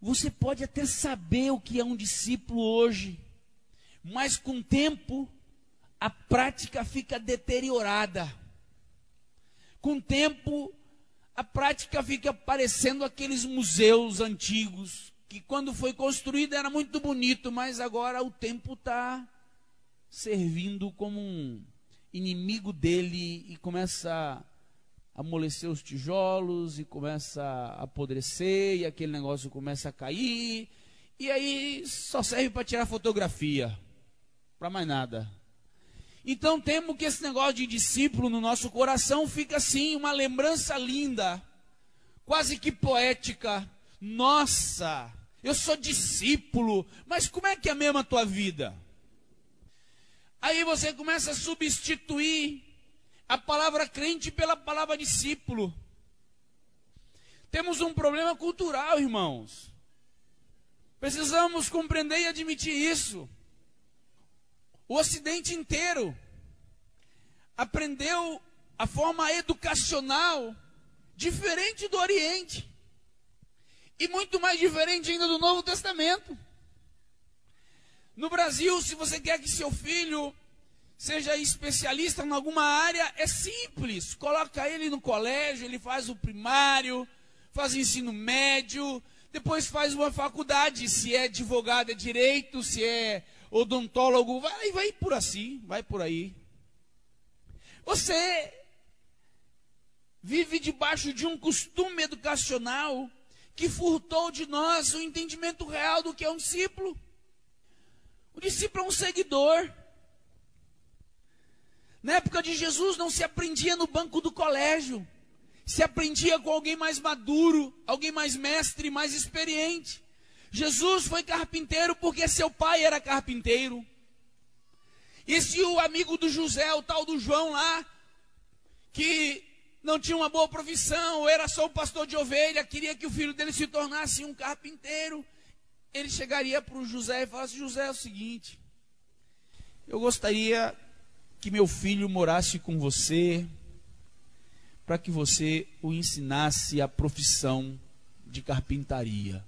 Você pode até saber o que é um discípulo hoje, mas com o tempo a prática fica deteriorada. Com o tempo a prática fica parecendo aqueles museus antigos, que quando foi construído era muito bonito, mas agora o tempo está servindo como um inimigo dele e começa a amolecer os tijolos e começa a apodrecer e aquele negócio começa a cair e aí só serve para tirar fotografia, para mais nada. Então temo que esse negócio de discípulo no nosso coração fica assim, uma lembrança linda, quase que poética. Nossa, eu sou discípulo, mas como é que é mesmo a tua vida? Aí você começa a substituir a palavra crente pela palavra discípulo. Temos um problema cultural, irmãos. Precisamos compreender e admitir isso. O Ocidente inteiro aprendeu a forma educacional diferente do Oriente. E muito mais diferente ainda do Novo Testamento. No Brasil, se você quer que seu filho seja especialista em alguma área, é simples. Coloca ele no colégio, ele faz o primário, faz o ensino médio, depois faz uma faculdade, se é advogado é direito, se é odontólogo, vai por assim, vai por aí. Você vive debaixo de um costume educacional que furtou de nós o entendimento real do que é um discípulo. O discípulo é um seguidor. Na época de Jesus não se aprendia no banco do colégio. Se aprendia com alguém mais maduro, alguém mais mestre, mais experiente. Jesus foi carpinteiro porque seu pai era carpinteiro. E se o amigo do José, o tal do João lá, que não tinha uma boa profissão, ou era só um pastor de ovelha, queria que o filho dele se tornasse um carpinteiro, ele chegaria para o José e falasse: José, é o seguinte, eu gostaria que meu filho morasse com você, para que você o ensinasse a profissão de carpintaria.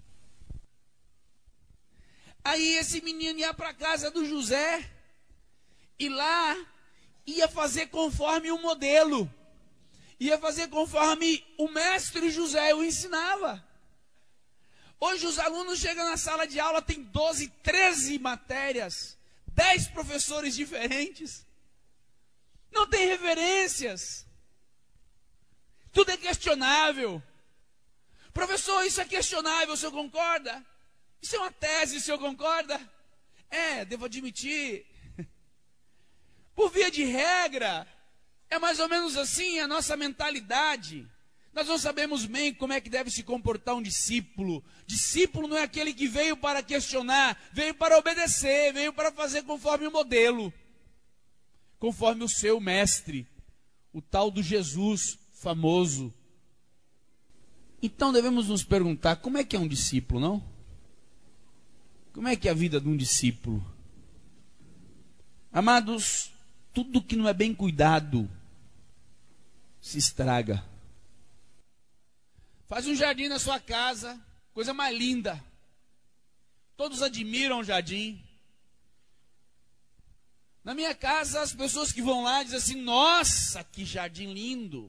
Aí esse menino ia para a casa do José, e lá ia fazer conforme o modelo, ia fazer conforme o mestre José o ensinava. Hoje os alunos chegam na sala de aula, tem 12, 13 matérias, 10 professores diferentes, não tem referências, tudo é questionável. Professor, isso é questionável, o senhor concorda? Isso é uma tese, o senhor concorda? Devo admitir. Por via de regra, é mais ou menos assim a nossa mentalidade. Nós não sabemos bem como é que deve se comportar um discípulo. Discípulo não é aquele que veio para questionar, veio para obedecer, veio para fazer conforme o modelo, conforme o seu mestre, o tal do Jesus famoso. Então devemos nos perguntar, como é que é um discípulo, não? Como é que é a vida de um discípulo? Amados, tudo que não é bem cuidado se estraga. Faz um jardim na sua casa, coisa mais linda. Todos admiram o jardim. Na minha casa, as pessoas que vão lá dizem assim: nossa, que jardim lindo.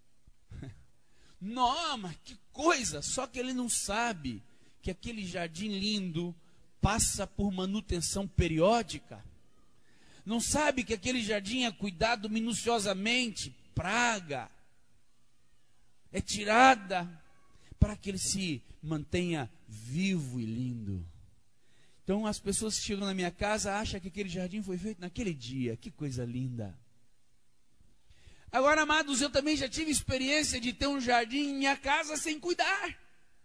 Não, mas que coisa. Só que ele não sabe que aquele jardim lindo passa por manutenção periódica. Não sabe que aquele jardim é cuidado minuciosamente, praga é tirada para que ele se mantenha vivo e lindo. Então as pessoas que chegam na minha casa acham que aquele jardim foi feito naquele dia. Que coisa linda. Agora, amados, eu também já tive experiência de ter um jardim em minha casa sem cuidar.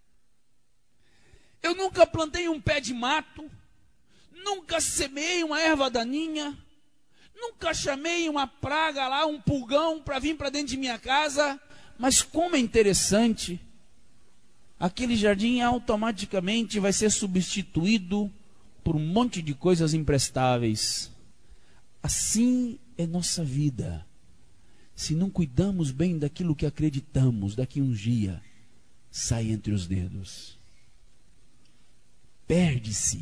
Eu nunca plantei um pé de mato, nunca semeei uma erva daninha, nunca chamei uma praga lá, um pulgão para vir para dentro de minha casa. Mas como é interessante, aquele jardim automaticamente vai ser substituído por um monte de coisas imprestáveis. Assim é nossa vida. Se não cuidamos bem daquilo que acreditamos, daqui um dia sai entre os dedos. perde-se.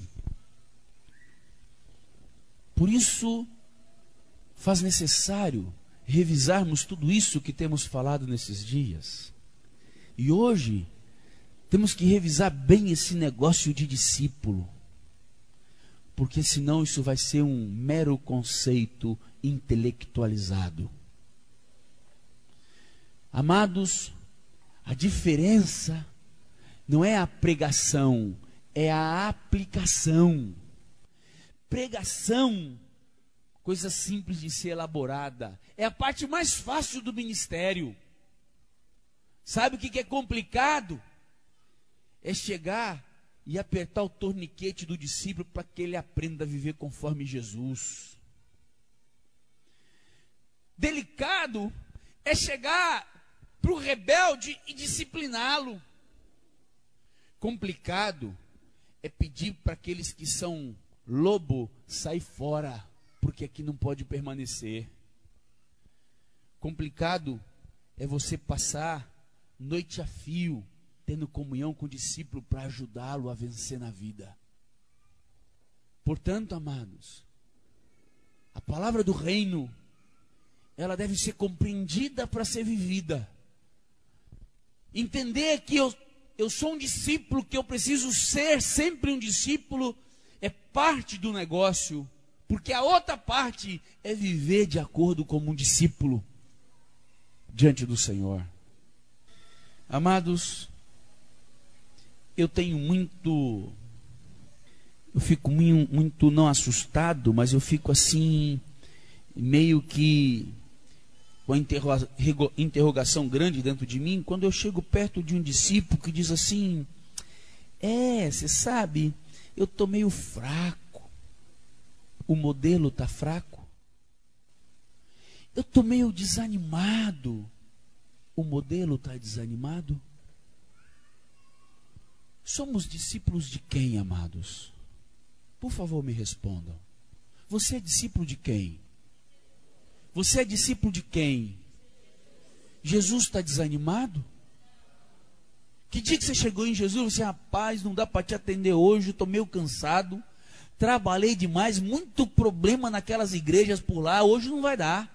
Por isso, faz necessário revisarmos tudo isso que temos falado nesses dias. E hoje, temos que revisar bem esse negócio de discípulo, porque senão isso vai ser um mero conceito intelectualizado. Amados, a diferença não é a pregação, é a aplicação. Pregação, coisa simples de ser elaborada, é a parte mais fácil do ministério. Sabe o que é complicado? É chegar e apertar o torniquete do discípulo para que ele aprenda a viver conforme Jesus. Delicado é chegar para o rebelde e discipliná-lo. Complicado é pedir para aqueles que são lobo sair fora, porque aqui não pode permanecer. Complicado é você passar noite a fio tendo comunhão com o discípulo para ajudá-lo a vencer na vida. Portanto, amados, a palavra do reino, ela deve ser compreendida para ser vivida. Entender que eu sou um discípulo, que eu preciso ser sempre um discípulo, é parte do negócio, porque a outra parte é viver de acordo como um discípulo diante do Senhor. Amados, eu fico muito não assustado, mas eu fico assim, meio que com a interrogação grande dentro de mim, quando eu chego perto de um discípulo que diz assim: você sabe, eu estou meio fraco, o modelo está fraco, eu estou meio desanimado, o modelo está desanimado. Somos discípulos de quem, amados? Por favor, me respondam. Você é discípulo de quem? Você é discípulo de quem? Jesus está desanimado? Que dia que você chegou em Jesus? Você, rapaz, não dá para te atender hoje, estou meio cansado, trabalhei demais, muito problema naquelas igrejas por lá, hoje não vai dar.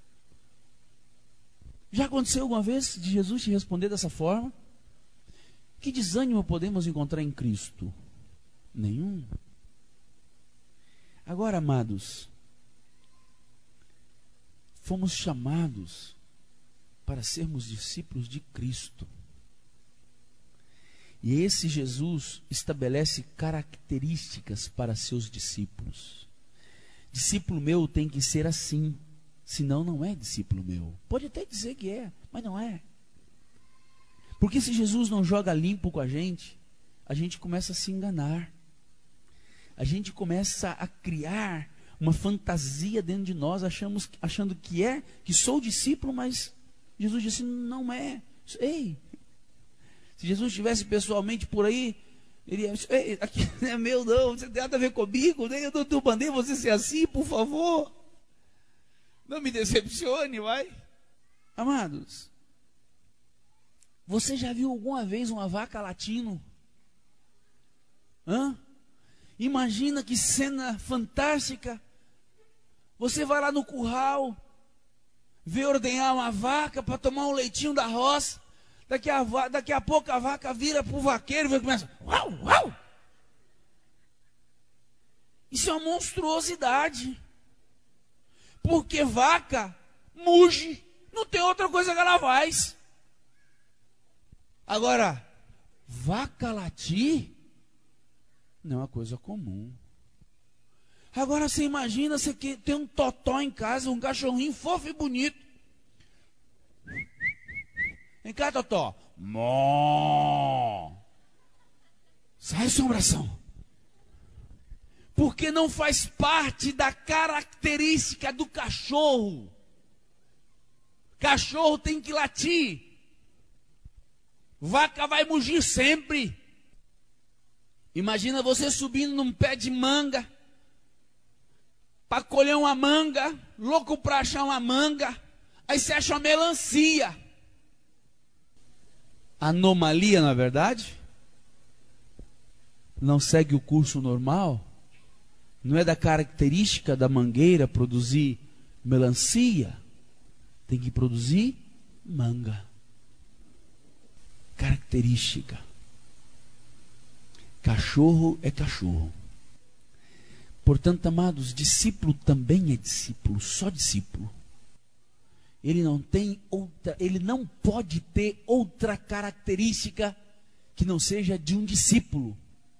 Já aconteceu alguma vez de Jesus te responder dessa forma? Que desânimo podemos encontrar em Cristo? Nenhum. Agora, amados, fomos chamados para sermos discípulos de Cristo. E esse Jesus estabelece características para seus discípulos. Discípulo meu tem que ser assim, senão não é discípulo meu. Pode até dizer que é, mas não é. Porque se Jesus não joga limpo com a gente começa a se enganar. A gente começa a criar uma fantasia dentro de nós, achando que sou discípulo, mas Jesus disse, não é. Ei, se Jesus estivesse pessoalmente por aí, ele ia dizer, ei, aqui não é meu não, você tem nada a ver comigo, eu não mandei você ser assim, por favor. Não me decepcione, vai. Amados, você já viu alguma vez uma vaca latindo? Imagina que cena fantástica. Você vai lá no curral, vê ordenhar uma vaca para tomar um leitinho da roça. Daqui a pouco a vaca vira para o vaqueiro e começa, uau, uau. Isso é uma monstruosidade. Porque vaca muge, não tem outra coisa que ela faz. Agora, vaca latir não é uma coisa comum. Agora você imagina, você tem um totó em casa, um cachorrinho fofo e bonito. Vem cá, totó. Mó. Sai, assombração. Porque não faz parte da característica do cachorro. Cachorro tem que latir. Vaca vai mugir sempre. Imagina você subindo num pé de manga, para colher uma manga, louco para achar uma manga, aí você acha uma melancia. Anomalia, na verdade? não segue o curso normal? Não é da característica da mangueira produzir melancia? Tem que produzir manga. Característica. Cachorro é cachorro. Portanto, amados, discípulo também é discípulo, só discípulo. Ele não pode ter outra característica que não seja de um discípulo.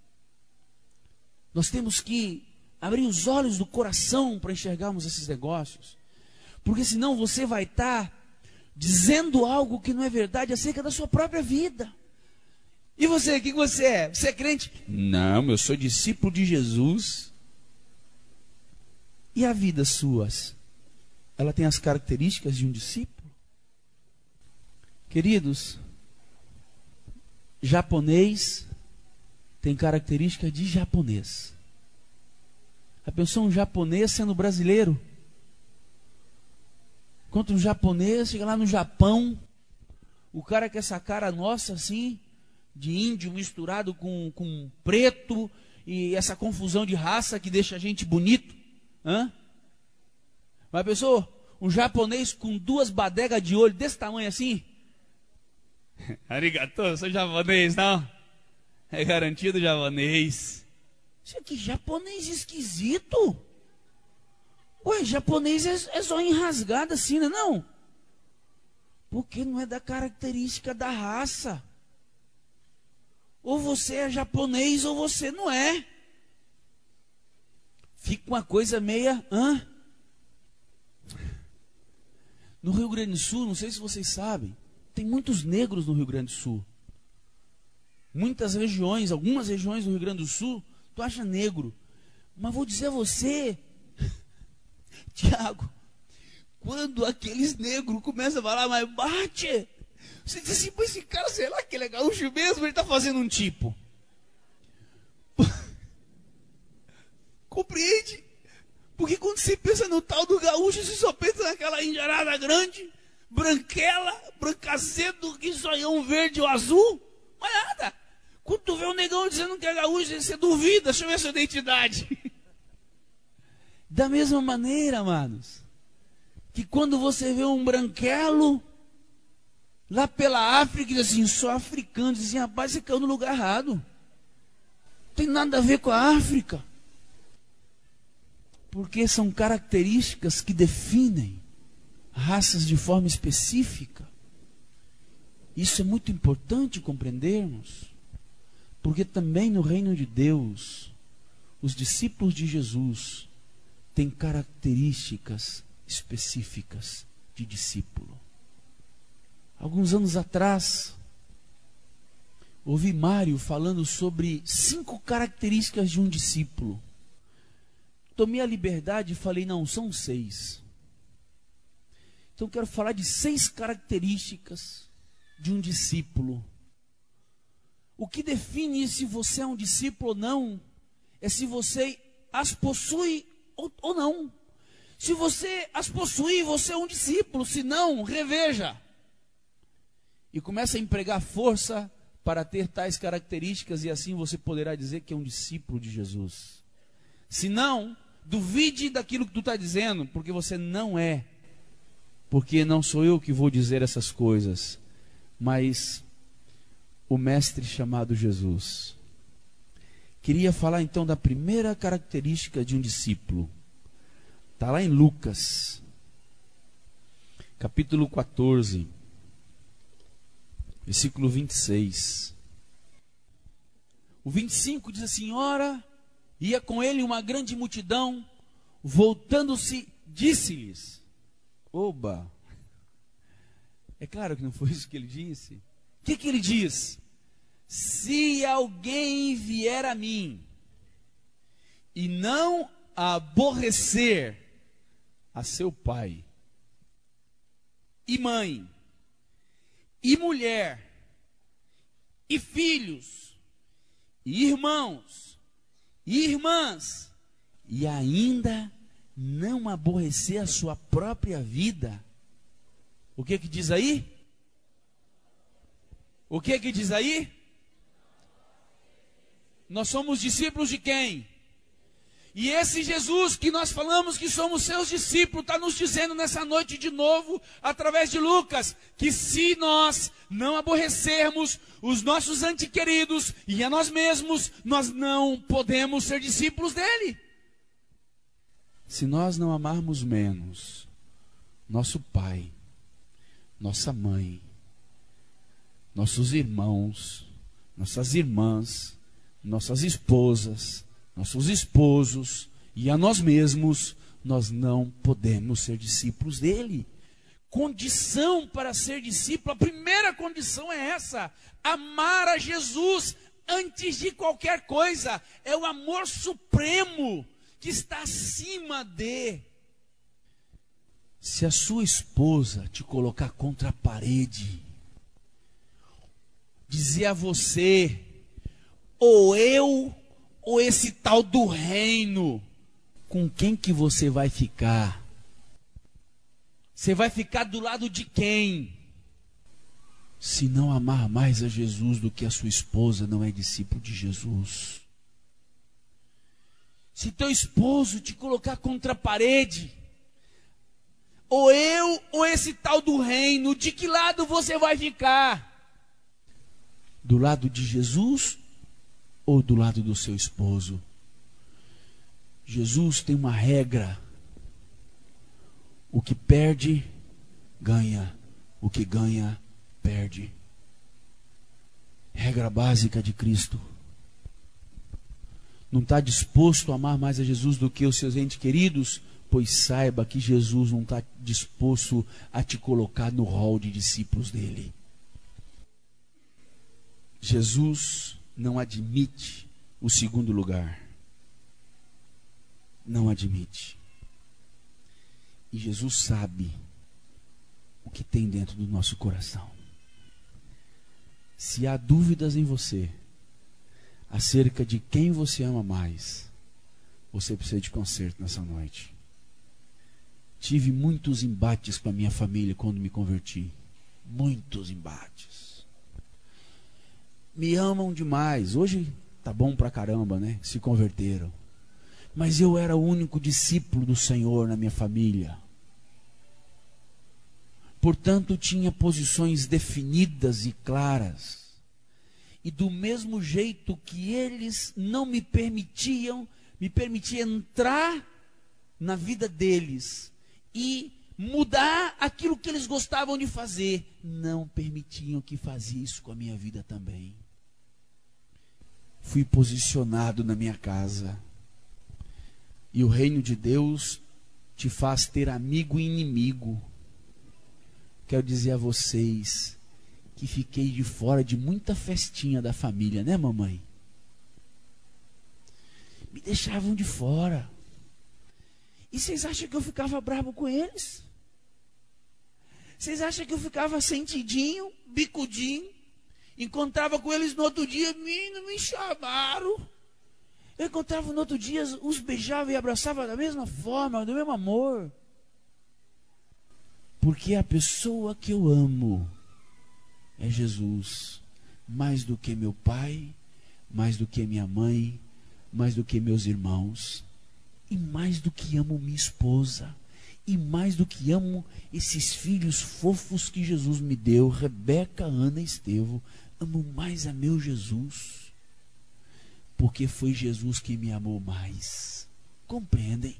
Nós temos que abrir os olhos do coração para enxergarmos esses negócios, porque senão você vai estar dizendo algo que não é verdade acerca da sua própria vida. E você, o que você é? Você é crente? Não, eu sou discípulo de Jesus. E a vida suas? Ela tem as características de um discípulo? Queridos, japonês tem característica de japonês. Já pensou um japonês sendo brasileiro? Enquanto um japonês chega lá no Japão, o cara com essa cara nossa assim, de índio misturado com preto, e essa confusão de raça que deixa a gente bonito. Mas pensou, um japonês com duas badegas de olho desse tamanho assim? Arigato, eu sou japonês, não? É garantido japonês. Isso aqui, japonês esquisito. Ué, japonês é só enrasgado assim, não é não? Porque não é da característica da raça. Ou você é japonês ou você não é. Fica uma coisa meia... No Rio Grande do Sul, não sei se vocês sabem, tem muitos negros no Rio Grande do Sul. Muitas regiões, algumas regiões do Rio Grande do Sul, tu acha negro. Mas vou dizer a você, Tiago, quando aqueles negros começam a falar, mas bate, você diz assim, pô, esse cara, sei lá, que ele é gaúcho mesmo, ele está fazendo um tipo. Compreende? Porque quando você pensa no tal do gaúcho, você só pensa naquela indiarada grande, branquela, brancacedo, que só é um verde ou azul. Mas nada. Quando tu vê um negão dizendo que é gaúcho, você duvida, deixa eu ver a sua identidade. Da mesma maneira, amados, que quando você vê um branquelo, lá pela África, diz assim, sou africano, diz assim, rapaz, você caiu no lugar errado. Não tem nada a ver com a África. Porque são características que definem raças de forma específica. Isso é muito importante compreendermos, porque também no reino de Deus, os discípulos de Jesus têm características específicas de discípulo. Alguns anos atrás, ouvi Mário falando sobre 5 características de um discípulo. Tomei a liberdade e falei, não, são 6. Então quero falar de 6 características de um discípulo. O que define se você é um discípulo ou não, é se você as possui ou não. Se você as possui, você é um discípulo, se não, reveja. E começa a empregar força para ter tais características, e assim você poderá dizer que é um discípulo de Jesus. Se não, duvide daquilo que tu está dizendo, porque você não é. Porque não sou eu que vou dizer essas coisas, mas o mestre chamado Jesus. Queria falar então da primeira característica de um discípulo. Está lá em Lucas, capítulo 14, versículo 26. O 25 diz assim, ora, ia com ele uma grande multidão, voltando-se, disse-lhes, oba, é claro que não foi isso que ele disse. O que ele diz? Se alguém vier a mim, e não aborrecer a seu pai, e mãe, e mulher, e filhos, e irmãos, e irmãs, e ainda não aborrecer a sua própria vida. O que diz aí? O que diz aí? Nós somos discípulos de quem? E esse Jesus que nós falamos que somos seus discípulos, está nos dizendo nessa noite de novo, através de Lucas, que se nós não aborrecermos os nossos antequeridos e a nós mesmos, nós não podemos ser discípulos dele. Se nós não amarmos menos nosso pai, nossa mãe, nossos irmãos, nossas irmãs, nossas esposas, nossos esposos e a nós mesmos, nós não podemos ser discípulos dele. Condição para ser discípulo, a primeira condição é essa: amar a Jesus antes de qualquer coisa. É o amor supremo que está acima de. Se a sua esposa te colocar contra a parede, dizer a você, ou eu, ou esse tal do reino, com quem que você vai ficar? Você vai ficar do lado de quem? Se não amar mais a Jesus do que a sua esposa, não é discípulo de Jesus. Se teu esposo te colocar contra a parede, ou eu, ou esse tal do reino, de que lado você vai ficar? Do lado de Jesus ou do lado do seu esposo? Jesus tem uma regra: o que perde, ganha. O que ganha, perde. Regra básica de Cristo. Não está disposto a amar mais a Jesus do que os seus entes queridos? Pois saiba que Jesus não está disposto a te colocar no rol de discípulos dele. Jesus não admite o segundo lugar. Não admite. E Jesus sabe o que tem dentro do nosso coração. Se há dúvidas em você acerca de quem você ama mais, você precisa de conserto nessa noite. Tive muitos embates com a minha família quando me converti. Muitos embates. Me amam demais. Hoje tá bom pra caramba, né? Se converteram. Mas eu era o único discípulo do Senhor na minha família. Portanto, tinha posições definidas e claras. E do mesmo jeito que eles não me permitiam entrar na vida deles e mudar aquilo que eles gostavam de fazer, não permitiam que fazia isso com a minha vida também. Fui posicionado na minha casa. E o reino de Deus te faz ter amigo e inimigo. Quero dizer a vocês que fiquei de fora de muita festinha da família, né, mamãe? Me deixavam de fora. E vocês acham que eu ficava bravo com eles? Vocês acham que eu ficava sentidinho, bicudinho? Encontrava com eles no outro dia, não me chamaram. Eu encontrava no outro dia, os beijava e abraçava da mesma forma, do mesmo amor. Porque a pessoa que eu amo é Jesus. Mais do que meu pai, mais do que minha mãe, mais do que meus irmãos. E mais do que amo minha esposa. E mais do que amo esses filhos fofos que Jesus me deu, Rebeca, Ana e Estevão. Amo mais a meu Jesus. Porque foi Jesus que me amou mais. Compreendem?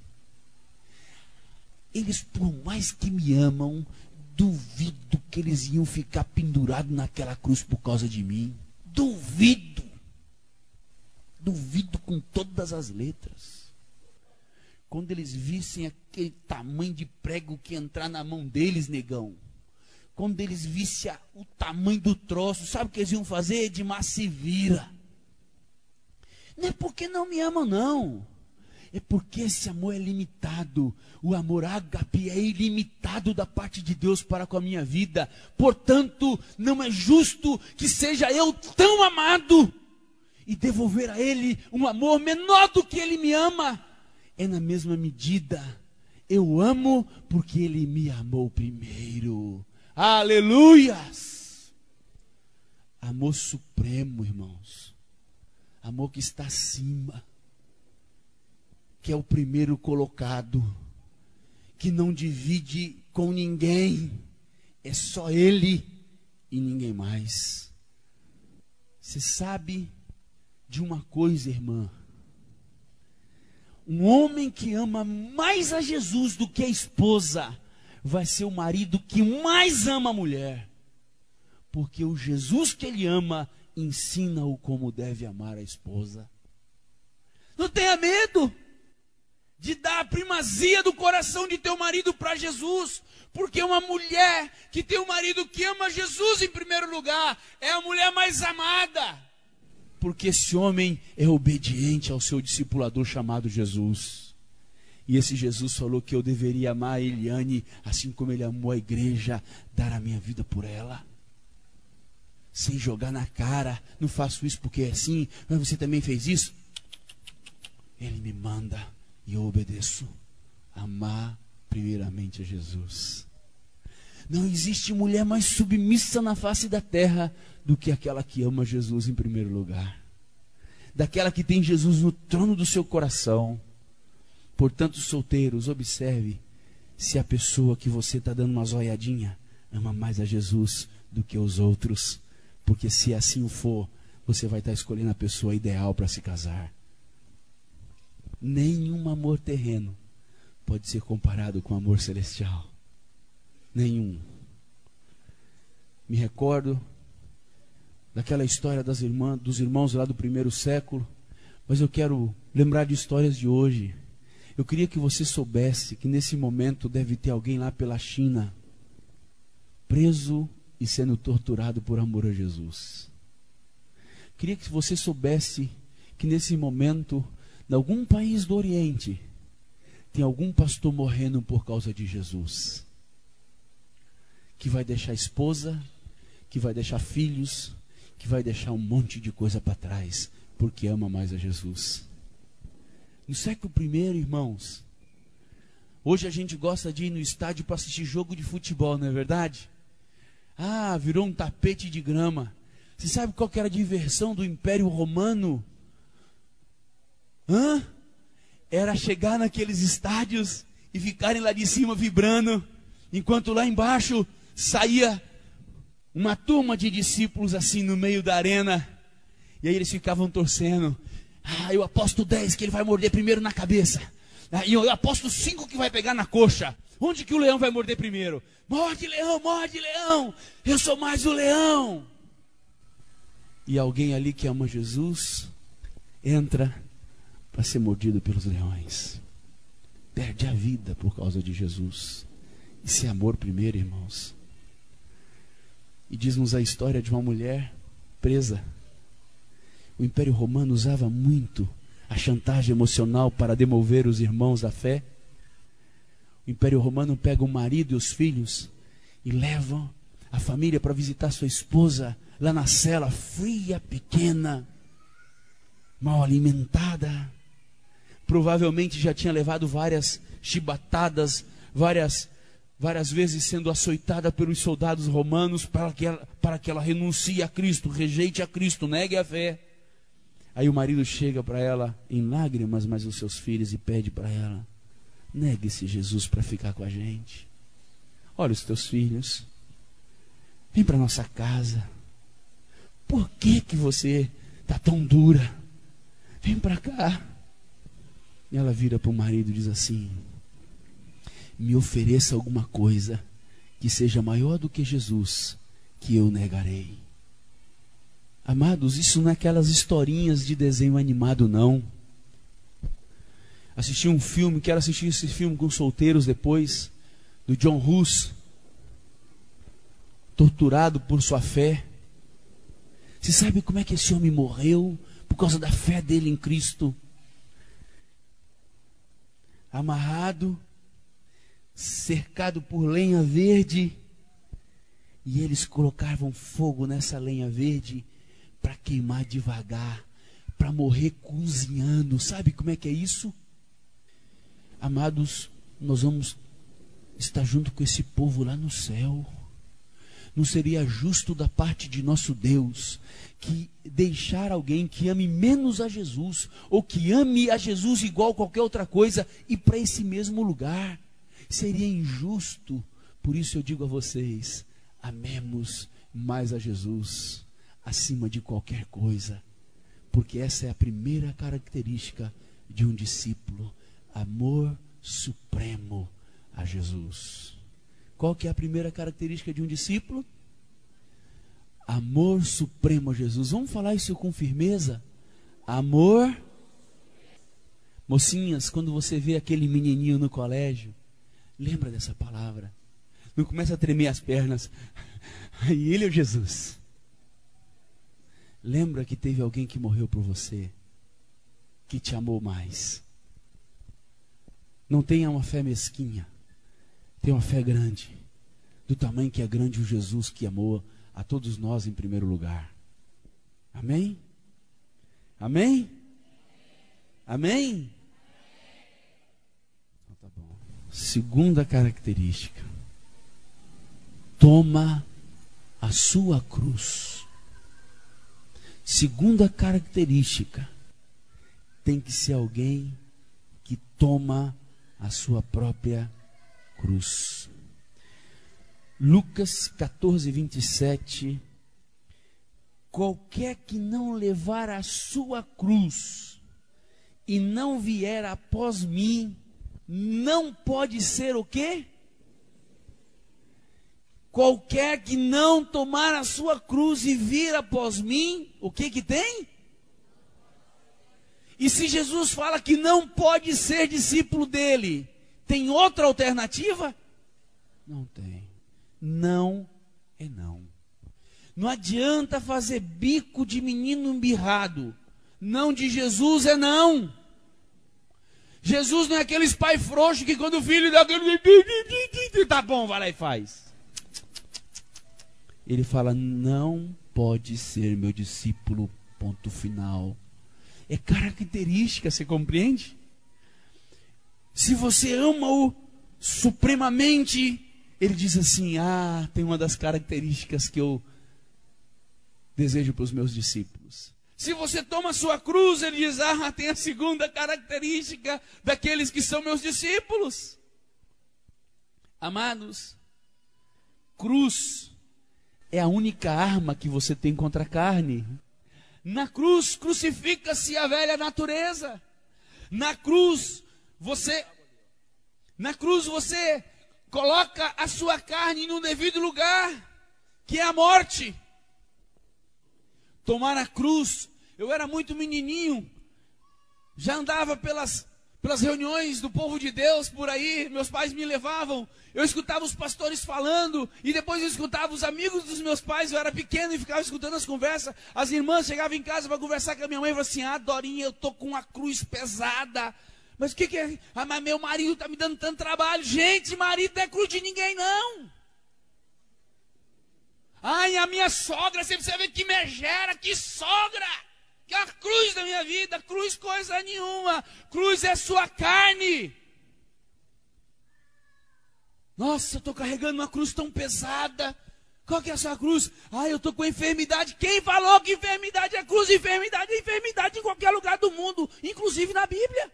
Eles, por mais que me amam, duvido que eles iam ficar pendurados naquela cruz por causa de mim. Duvido. Duvido com todas as letras. Quando eles vissem aquele tamanho de prego que ia entrar na mão deles, negão. Quando eles vissem o tamanho do troço, sabe o que eles iam fazer? De se vira. Não é porque não me amam, não. É porque esse amor é limitado. O amor ágape é ilimitado da parte de Deus para com a minha vida. Portanto, não é justo que seja eu tão amado e devolver a Ele um amor menor do que Ele me ama. É na mesma medida. Eu amo porque Ele me amou primeiro. Aleluias! Amor supremo, irmãos. Amor que está acima, que é o primeiro colocado, que não divide com ninguém, é só Ele e ninguém mais. Você sabe de uma coisa, irmã? Um homem que ama mais a Jesus do que a esposa, vai ser o marido que mais ama a mulher. Porque o Jesus que ele ama, ensina-o como deve amar a esposa. Não tenha medo de dar a primazia do coração de teu marido para Jesus. Porque uma mulher que tem um marido que ama Jesus em primeiro lugar, é a mulher mais amada. Porque esse homem é obediente ao seu discipulador chamado Jesus. E esse Jesus falou que eu deveria amar a Eliane, assim como ele amou a igreja, dar a minha vida por ela. Sem jogar na cara, não faço isso porque é assim, mas você também fez isso. Ele me manda e eu obedeço. Amar primeiramente a Jesus. Não existe mulher mais submissa na face da terra do que aquela que ama Jesus em primeiro lugar. Daquela que tem Jesus no trono do seu coração. Portanto, solteiros, observe se a pessoa que você está dando uma zoiadinha ama mais a Jesus do que os outros. Porque se assim for, você vai estar escolhendo a pessoa ideal para se casar. Nenhum amor terreno pode ser comparado com o amor celestial. Nenhum. Me recordo daquela história dos irmãos lá do primeiro século, mas eu quero lembrar de histórias de hoje. Eu queria que você soubesse que nesse momento deve ter alguém lá pela China, preso e sendo torturado por amor a Jesus. Queria que você soubesse que nesse momento, em algum país do Oriente, tem algum pastor morrendo por causa de Jesus. Que vai deixar esposa, que vai deixar filhos, que vai deixar um monte de coisa para trás, porque ama mais a Jesus. No século I, irmãos, hoje a gente gosta de ir no estádio para assistir jogo de futebol, não é verdade? Ah, virou um tapete de grama. Você sabe qual que era a diversão do Império Romano? Era chegar naqueles estádios e ficarem lá de cima vibrando, enquanto lá embaixo saía uma turma de discípulos assim no meio da arena, e aí eles ficavam torcendo. Eu aposto 10 que ele vai morder primeiro na cabeça, e eu aposto 5 que vai pegar na coxa. Onde que o leão vai morder primeiro? Morde leão, eu sou mais o leão. E alguém ali que ama Jesus entra para ser mordido pelos leões, perde a vida por causa de Jesus. Isso é amor primeiro, irmãos. E diz-nos a história de uma mulher presa. O Império Romano usava muito a chantagem emocional para demover os irmãos da fé. O Império Romano pega o marido e os filhos e levam a família para visitar sua esposa lá na cela, fria, pequena, mal alimentada. Provavelmente já tinha levado várias chibatadas, várias vezes sendo açoitada pelos soldados romanos para que ela renuncie a Cristo, rejeite a Cristo, negue a fé. Aí o marido chega para ela em lágrimas, mas os seus filhos, e pede para ela: negue esse Jesus para ficar com a gente. Olha os teus filhos, vem para nossa casa. Por que você está tão dura? Vem para cá. E ela vira para o marido e diz assim: me ofereça alguma coisa que seja maior do que Jesus, que eu negarei. Amados, isso não é aquelas historinhas de desenho animado, não. Assisti um filme, quero assistir esse filme com solteiros depois, do John Hus, torturado por sua fé. Você sabe como é que esse homem morreu? Por causa da fé dele em Cristo. Amarrado, cercado por lenha verde, e eles colocavam fogo nessa lenha verde para queimar devagar, para morrer cozinhando. Sabe como é que é isso? Amados, nós vamos estar junto com esse povo lá no céu. Não seria justo da parte de nosso Deus que deixar alguém que ame menos a Jesus, ou que ame a Jesus igual qualquer outra coisa, ir para esse mesmo lugar. Seria injusto. Por isso eu digo a vocês, amemos mais a Jesus acima de qualquer coisa, porque essa é a primeira característica de um discípulo: amor supremo a Jesus. Qual que é a primeira característica de um discípulo? Amor supremo a Jesus. Vamos falar isso com firmeza? Amor. Mocinhas, quando você vê aquele menininho no colégio, lembra dessa palavra. Não começa a tremer as pernas. E ele é Jesus. Lembra que teve alguém que morreu por você, que te amou mais. Não tenha uma fé mesquinha. Tenha uma fé grande, do tamanho que é grande o Jesus que amou a todos nós em primeiro lugar. Amém? Amém? Amém? Então tá bom. Segunda característica: toma a sua cruz. Segunda característica: tem que ser alguém que toma a sua própria cruz. Lucas 14, 27. Qualquer que não levar a sua cruz e não vier após mim, não pode ser o quê? Qualquer que não tomar a sua cruz e vir após mim, o que que tem? E se Jesus fala que não pode ser discípulo dele, tem outra alternativa? Não tem. Não é não. Não adianta fazer bico de menino embirrado. Não de Jesus é não. Jesus não é aqueles pai frouxo que quando o filho dá tá bom, vai lá e faz. Ele fala: não pode ser meu discípulo, ponto final. É característica, você compreende? Se você ama-o supremamente, ele diz assim: tem uma das características que eu desejo para os meus discípulos. Se você toma a sua cruz, ele diz: tem a segunda característica daqueles que são meus discípulos. Amados, cruz é a única arma que você tem contra a carne. Na cruz crucifica-se a velha natureza. Na cruz você coloca a sua carne no devido lugar, que é a morte. Tomar a cruz. Eu era muito menininho, já andava pelas reuniões do povo de Deus por aí, meus pais me levavam, eu escutava os pastores falando, e depois eu escutava os amigos dos meus pais. Eu era pequeno e ficava escutando as conversas. As irmãs chegavam em casa para conversar com a minha mãe e falavam assim: Dorinha, eu estou com uma cruz pesada. Mas o que é? Mas meu marido está me dando tanto trabalho. Gente, marido não é cruz de ninguém não. A minha sogra, você precisa ver que megera, que sogra, que é a cruz da minha vida. Cruz coisa nenhuma. Cruz é sua carne. Nossa, eu estou carregando uma cruz tão pesada. Qual que é a sua cruz? Eu estou com enfermidade. Quem falou que enfermidade é cruz? Enfermidade é enfermidade em qualquer lugar do mundo, inclusive na Bíblia.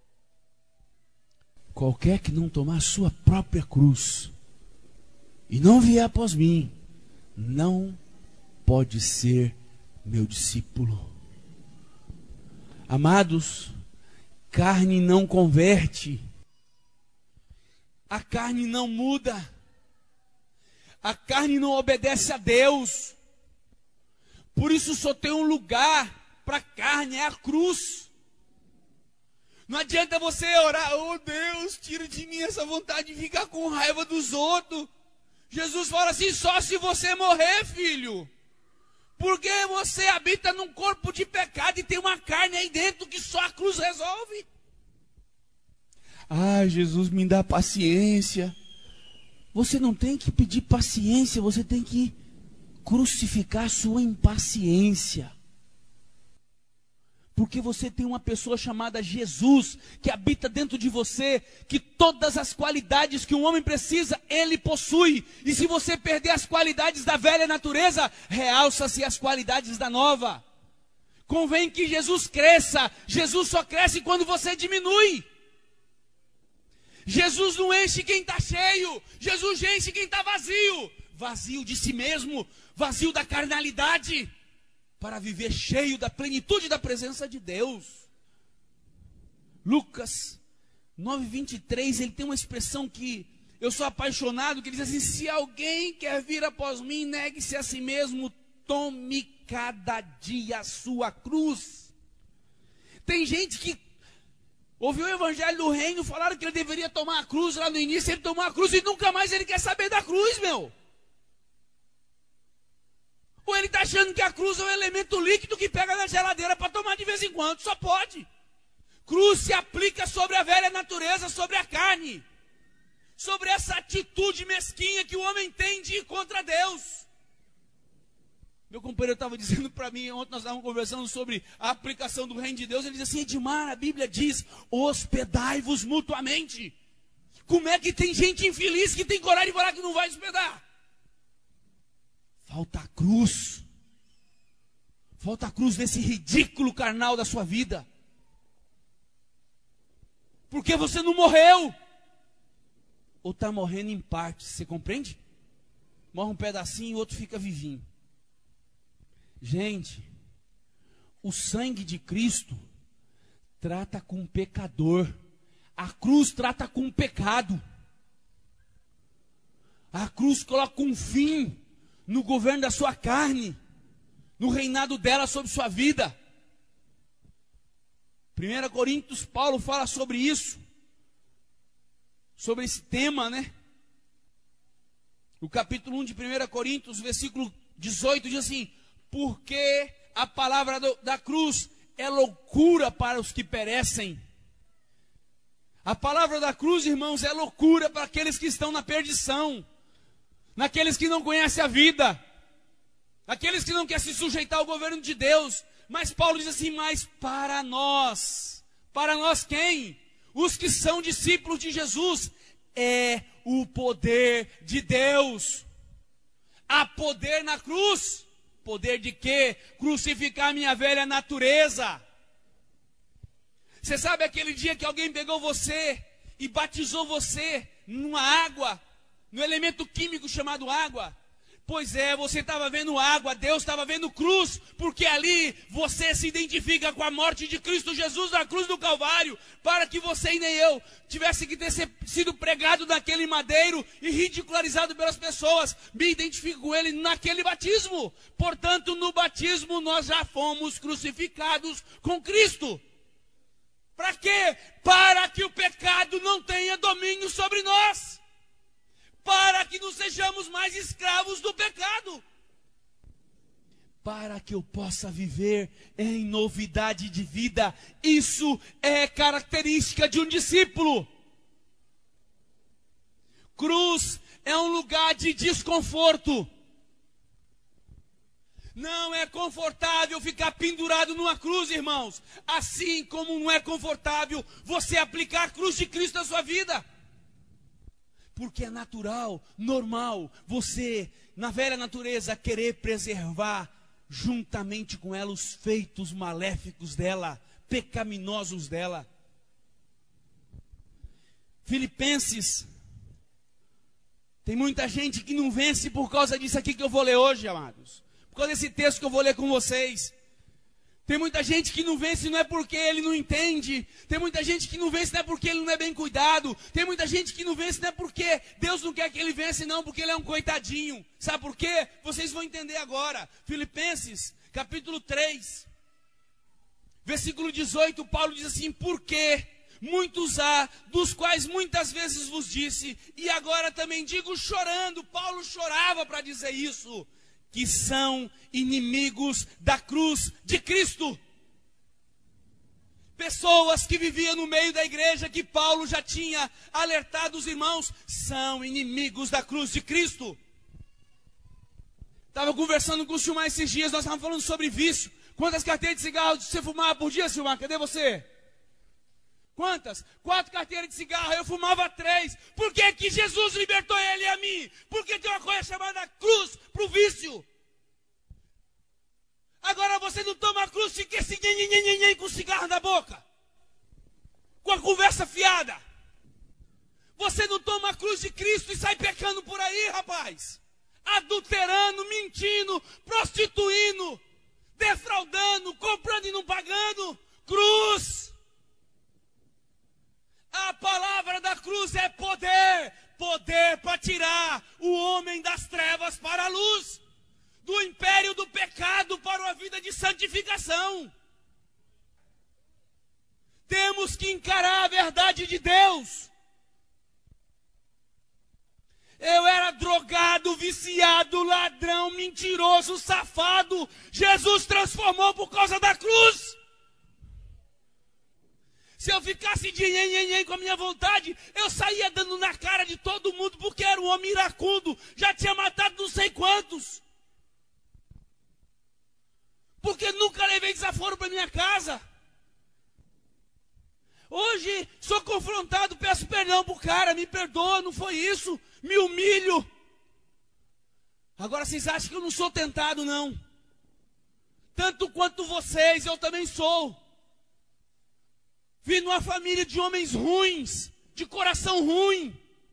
Qualquer que não tomar a sua própria cruz e não vier após mim, não pode ser meu discípulo. Amados, carne não converte. A carne não muda. A carne não obedece a Deus. Por isso só tem um lugar para a carne, é a cruz. Não adianta você orar: oh Deus, tira de mim essa vontade de ficar com raiva dos outros. Jesus fala assim: só se você morrer, filho. Porque você habita num corpo de pecado e tem uma carne aí dentro que só a cruz resolve. Jesus, me dá paciência. Você não tem que pedir paciência, você tem que crucificar a sua impaciência. Porque você tem uma pessoa chamada Jesus, que habita dentro de você, que todas as qualidades que um homem precisa, ele possui. E se você perder as qualidades da velha natureza, realça-se as qualidades da nova. Convém que Jesus cresça. Jesus só cresce quando você diminui. Jesus não enche quem está cheio. Jesus enche quem está vazio. Vazio de si mesmo, vazio da carnalidade, para viver cheio da plenitude da presença de Deus. Lucas 9:23, ele tem uma expressão que eu sou apaixonado, que ele diz assim: se alguém quer vir após mim, negue-se a si mesmo, tome cada dia a sua cruz. Tem gente que ouviu o evangelho do reino, falaram que ele deveria tomar a cruz lá no início, ele tomou a cruz e nunca mais ele quer saber da cruz, meu. Ou ele está achando que a cruz é um elemento líquido que pega na geladeira para tomar de vez em quando. Só pode. Cruz se aplica sobre a velha natureza, sobre a carne. Sobre essa atitude mesquinha que o homem tem de ir contra Deus. Meu companheiro estava dizendo para mim, ontem nós estávamos conversando sobre a aplicação do reino de Deus. Ele diz assim: Edmar, a Bíblia diz, hospedai-vos mutuamente. Como é que tem gente infeliz que tem coragem de falar que não vai hospedar? Falta a cruz. Falta a cruz nesse ridículo carnal da sua vida. Porque você não morreu. Ou está morrendo em partes, você compreende? Morre um pedacinho e o outro fica vivinho. Gente, o sangue de Cristo trata com o pecador. A cruz trata com o pecado. A cruz coloca um fim no governo da sua carne, no reinado dela sobre sua vida. 1 Coríntios, Paulo fala sobre isso, sobre esse tema, né? O capítulo 1 de 1 Coríntios, versículo 18, diz assim: porque a palavra da cruz é loucura para os que perecem. A palavra da cruz, irmãos, é loucura para aqueles que estão na perdição, naqueles que não conhecem a vida, aqueles que não querem se sujeitar ao governo de Deus. Mas Paulo diz assim: mas para nós quem? Os que são discípulos de Jesus, é o poder de Deus. Há poder na cruz. Poder de quê? Crucificar a minha velha natureza. Você sabe aquele dia que alguém pegou você e batizou você numa água, no elemento químico chamado água? Pois é, você estava vendo água, Deus estava vendo cruz, porque ali você se identifica com a morte de Cristo Jesus na cruz do Calvário, para que você e nem eu tivesse que ter sido pregado naquele madeiro e ridicularizado pelas pessoas. Me identifico com ele naquele batismo. Portanto, no batismo nós já fomos crucificados com Cristo. Para quê? Para que o pecado não tenha domínio sobre nós. Para que não sejamos mais escravos do pecado. Para que eu possa viver em novidade de vida. Isso é característica de um discípulo. Cruz é um lugar de desconforto. Não é confortável ficar pendurado numa cruz, irmãos. Assim como não é confortável você aplicar a cruz de Cristo na sua vida. Porque é natural, normal, você, na velha natureza, querer preservar juntamente com ela os feitos maléficos dela, pecaminosos dela. Filipenses, tem muita gente que não vence por causa disso aqui que eu vou ler hoje, amados. Por causa desse texto que eu vou ler com vocês. Tem muita gente que não vence não é porque ele não entende. Tem muita gente que não vence não é porque ele não é bem cuidado. Tem muita gente que não vence não é porque Deus não quer que ele vence não, porque ele é um coitadinho. Sabe por quê? Vocês vão entender agora. Filipenses, capítulo 3, versículo 18, Paulo diz assim: porque muitos há, dos quais muitas vezes vos disse, e agora também digo chorando. Paulo chorava para dizer isso. Que são inimigos da cruz de Cristo. Pessoas que viviam no meio da igreja, que Paulo já tinha alertado os irmãos, são inimigos da cruz de Cristo. Estava conversando com o Silmar esses dias, nós estávamos falando sobre vício. Quantas carteiras de cigarro você fumava por dia, Silmar? Cadê você? Quantas? 4 carteiras de cigarro, eu fumava 3. Por que que Jesus libertou ele e a mim? Porque tem uma coisa chamada cruz para o vício. Agora você não toma a cruz, fica assim, com cigarro na boca. Com a conversa fiada. Você não toma a cruz de Cristo e sai pecando por aí, rapaz. Adulterando, mentindo, prostituindo, defraudando, comprando e não pagando. Cruz. A palavra da cruz é poder. Poder para tirar o homem das trevas para a luz. Do império do pecado para uma vida de santificação. Temos que encarar a verdade de Deus. Eu era drogado, viciado, ladrão, mentiroso, safado. Jesus transformou por causa da cruz. Se eu ficasse de nhen com a minha vontade, eu saía dando na cara de todo mundo, porque era um homem iracundo. Já tinha matado não sei quantos. Porque nunca levei desaforo para minha casa. Hoje sou confrontado, peço perdão pro cara, me perdoa, não foi isso, me humilho. Agora vocês acham que eu não sou tentado, não? Tanto quanto vocês, eu também sou. Vim numa família de homens ruins, de coração ruim.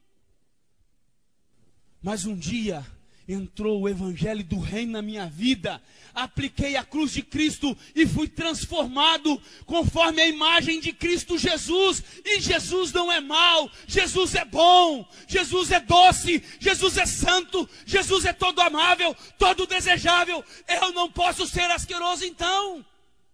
Mas um dia entrou o evangelho do reino na minha vida, apliquei a cruz de Cristo e fui transformado conforme a imagem de Cristo Jesus. E Jesus não é mau, Jesus é bom, Jesus é doce, Jesus é santo, Jesus é todo amável, todo desejável. Eu não posso ser asqueroso então.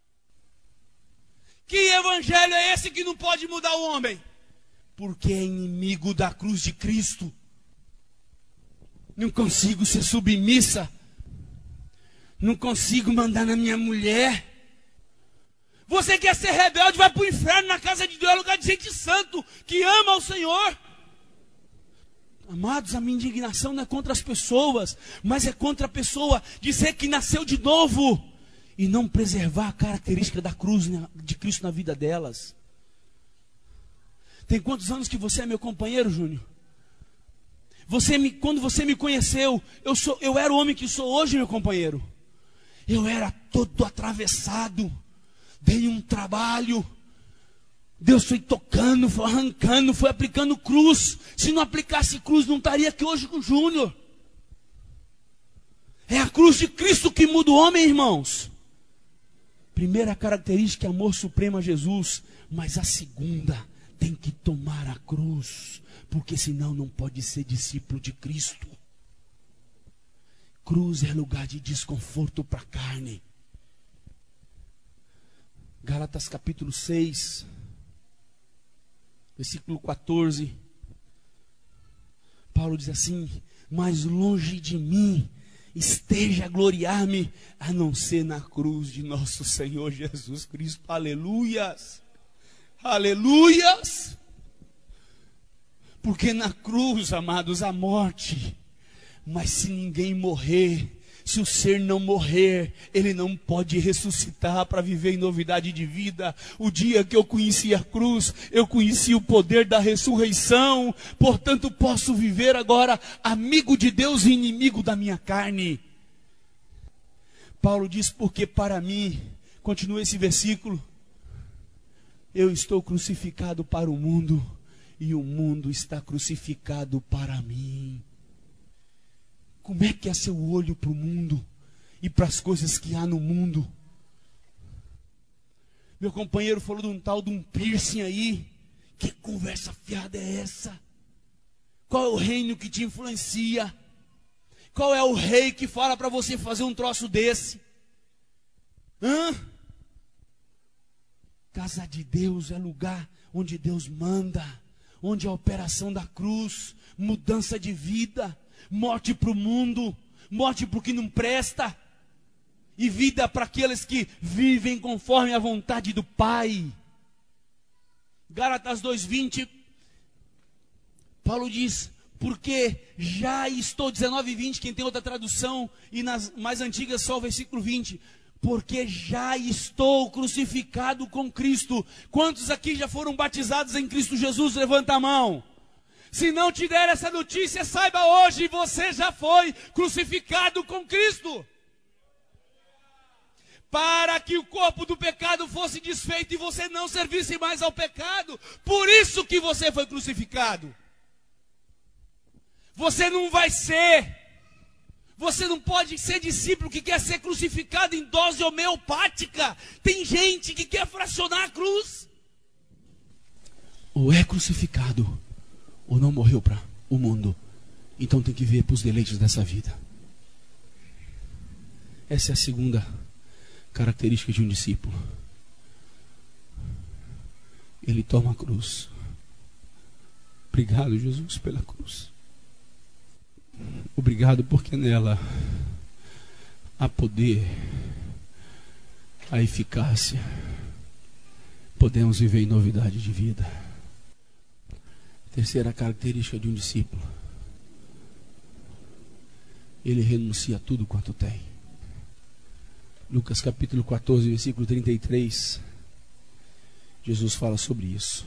Que evangelho é esse que não pode mudar o homem? Porque é inimigo da cruz de Cristo. Não consigo ser submissa. Não consigo mandar na minha mulher. Você quer ser rebelde, vai para o inferno. Na casa de Deus é lugar de gente santo, que ama o Senhor. Amados, a minha indignação não é contra as pessoas, mas é contra a pessoa dizer que nasceu de novo e não preservar a característica da cruz de Cristo na vida delas. Tem quantos anos que você é meu companheiro, Júnior? Quando você me conheceu, eu era o homem que sou hoje, meu companheiro. Eu era todo atravessado. Dei um trabalho. Deus foi tocando, foi arrancando, foi aplicando cruz. Se não aplicasse cruz, não estaria aqui hoje com o Júnior. É a cruz de Cristo que muda o homem, irmãos. Primeira característica é amor supremo a Jesus. Mas a segunda, tem que tomar a cruz. Porque senão não pode ser discípulo de Cristo. Cruz é lugar de desconforto para a carne. Gálatas capítulo 6, versículo 14. Paulo diz assim: mas longe de mim esteja a gloriar-me, a não ser na cruz de nosso Senhor Jesus Cristo. Aleluias! Aleluias! Porque na cruz, amados, a morte. Mas se ninguém morrer, se o ser não morrer, ele não pode ressuscitar para viver em novidade de vida. O dia que eu conheci a cruz, eu conheci o poder da ressurreição. Portanto, posso viver agora amigo de Deus e inimigo da minha carne. Paulo diz: porque para mim, continua esse versículo, eu estou crucificado para o mundo, e o mundo está crucificado para mim. Como é que é seu olho para o mundo e para as coisas que há no mundo? Meu companheiro falou de um tal de um piercing aí. Que conversa fiada é essa? Qual é o reino que te influencia? Qual é o rei que fala para você fazer um troço desse? Casa de Deus é lugar onde Deus manda, onde a operação da cruz, mudança de vida, morte para o mundo, morte para o que não presta, e vida para aqueles que vivem conforme a vontade do Pai. Gálatas 2:20, Paulo diz: porque já estou, 19:20, quem tem outra tradução, e nas mais antigas só o versículo 20, porque já estou crucificado com Cristo. Quantos aqui já foram batizados em Cristo Jesus? Levanta a mão. Se não te der essa notícia, saiba hoje, você já foi crucificado com Cristo. Para que o corpo do pecado fosse desfeito e você não servisse mais ao pecado. Por isso que você foi crucificado. Você não pode ser discípulo que quer ser crucificado em dose homeopática. Tem gente que quer fracionar a cruz. Ou é crucificado, ou não morreu para o mundo. Então tem que ver para os deleites dessa vida. Essa é a segunda característica de um discípulo. Ele toma a cruz. Obrigado, Jesus, pela cruz. Obrigado porque nela há poder, a eficácia. Podemos viver em novidade de vida. Terceira característica de um discípulo: ele renuncia a tudo quanto tem. Lucas capítulo 14, versículo 33, Jesus fala sobre isso.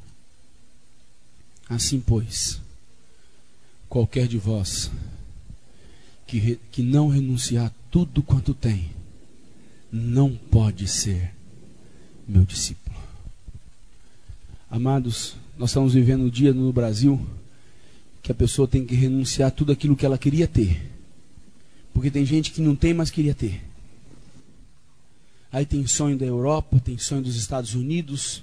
Assim, pois, qualquer de vós que não renunciar a tudo quanto tem, não pode ser meu discípulo. Amados, nós estamos vivendo um dia no Brasil que a pessoa tem que renunciar a tudo aquilo que ela queria ter, porque tem gente que não tem, mas queria ter. Aí tem sonho da Europa, tem sonho dos Estados Unidos.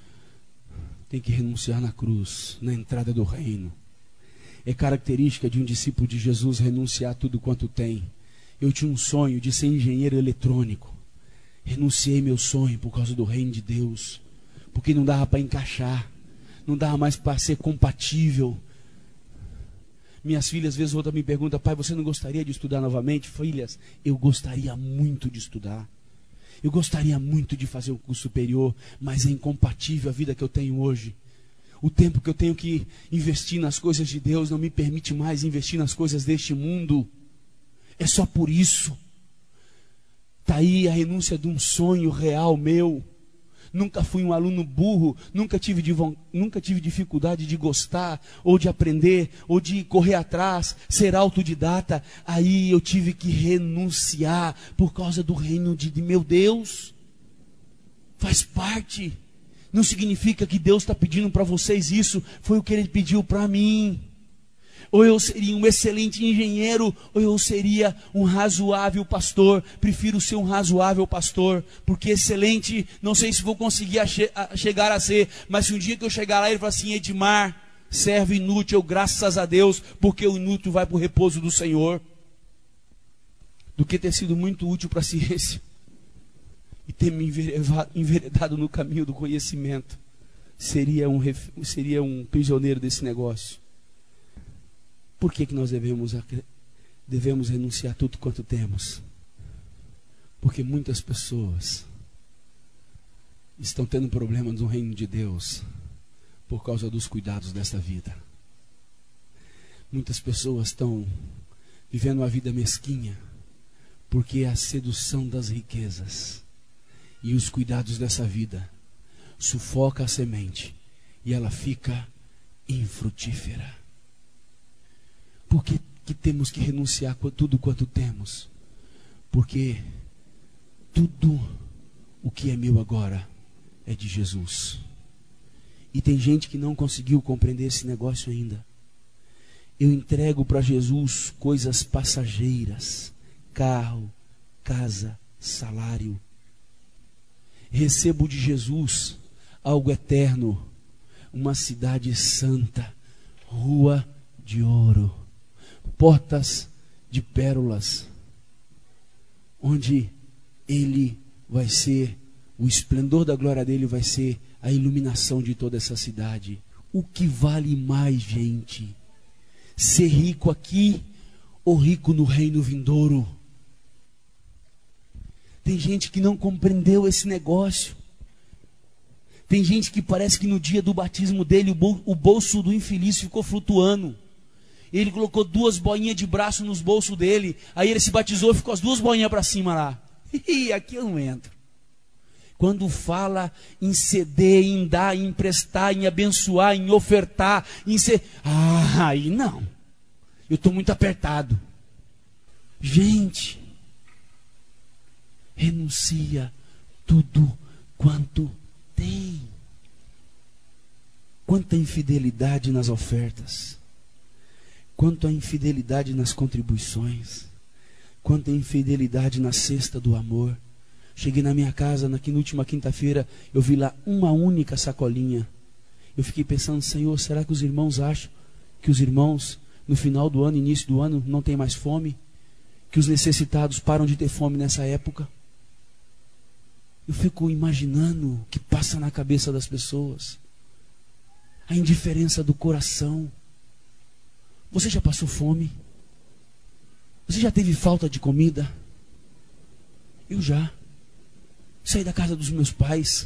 Tem que renunciar na cruz, na entrada do reino. É característica de um discípulo de Jesus renunciar a tudo quanto tem. Eu tinha um sonho de ser engenheiro eletrônico. Renunciei meu sonho por causa do reino de Deus. Porque não dava para encaixar. Não dava mais para ser compatível. Minhas filhas, às vezes, outra me pergunta: pai, você não gostaria de estudar novamente? Filhas, eu gostaria muito de estudar. Eu gostaria muito de fazer um curso superior, mas é incompatível a vida que eu tenho hoje. O tempo que eu tenho que investir nas coisas de Deus não me permite mais investir nas coisas deste mundo. É só por isso. Está aí a renúncia de um sonho real meu. Nunca fui um aluno burro, nunca tive dificuldade de gostar, ou de aprender, ou de correr atrás, ser autodidata. Aí eu tive que renunciar por causa do reino de meu Deus. Faz parte. Não significa que Deus está pedindo para vocês isso. Foi o que Ele pediu para mim. Ou eu seria um excelente engenheiro, ou eu seria um razoável pastor. Prefiro ser um razoável pastor, porque excelente, não sei se vou conseguir chegar a ser, mas se um dia que eu chegar lá, ele fala assim: Edmar, servo inútil, graças a Deus, porque o inútil vai para o repouso do Senhor. Do que ter sido muito útil para a ciência e ter me enveredado no caminho do conhecimento. Seria um prisioneiro desse negócio. Por que nós devemos renunciar a tudo quanto temos? Porque muitas pessoas estão tendo problemas no reino de Deus por causa dos cuidados desta vida. Muitas pessoas estão vivendo uma vida mesquinha porque é a sedução das riquezas e os cuidados dessa vida sufoca a semente e ela fica infrutífera. Por que temos que renunciar a tudo quanto temos? Porque tudo o que é meu agora é de Jesus. E tem gente que não conseguiu compreender esse negócio ainda. Eu entrego para Jesus coisas passageiras: carro, casa, salário. Recebo de Jesus algo eterno: uma cidade santa, rua de ouro, portas de pérolas, onde Ele vai ser, o esplendor da glória dele vai ser a iluminação de toda essa cidade. O que vale mais, gente? Ser rico aqui ou rico no reino vindouro? Tem gente que não compreendeu esse negócio. Tem gente que parece que no dia do batismo dele o bolso do infeliz ficou flutuando. Ele colocou 2 boinhas de braço nos bolsos dele. Aí ele se batizou e ficou as 2 boinhas para cima lá. E aqui eu não entro. Quando fala em ceder, em dar, em emprestar, em abençoar, em ofertar, em ser... aí não. Eu estou muito apertado. Gente, renuncia tudo quanto tem. Quanta infidelidade nas ofertas. Quanto a infidelidade nas contribuições. Quanta infidelidade na cesta do amor. Cheguei na minha casa, na última quinta-feira, eu vi lá uma única sacolinha. Eu fiquei pensando, Senhor, será que os irmãos acham que os irmãos, no final do ano, início do ano, não têm mais fome? Que os necessitados param de ter fome nessa época? Eu fico imaginando o que passa na cabeça das pessoas. A indiferença do coração. Você já passou fome? Você já teve falta de comida? Eu já. Saí da casa dos meus pais.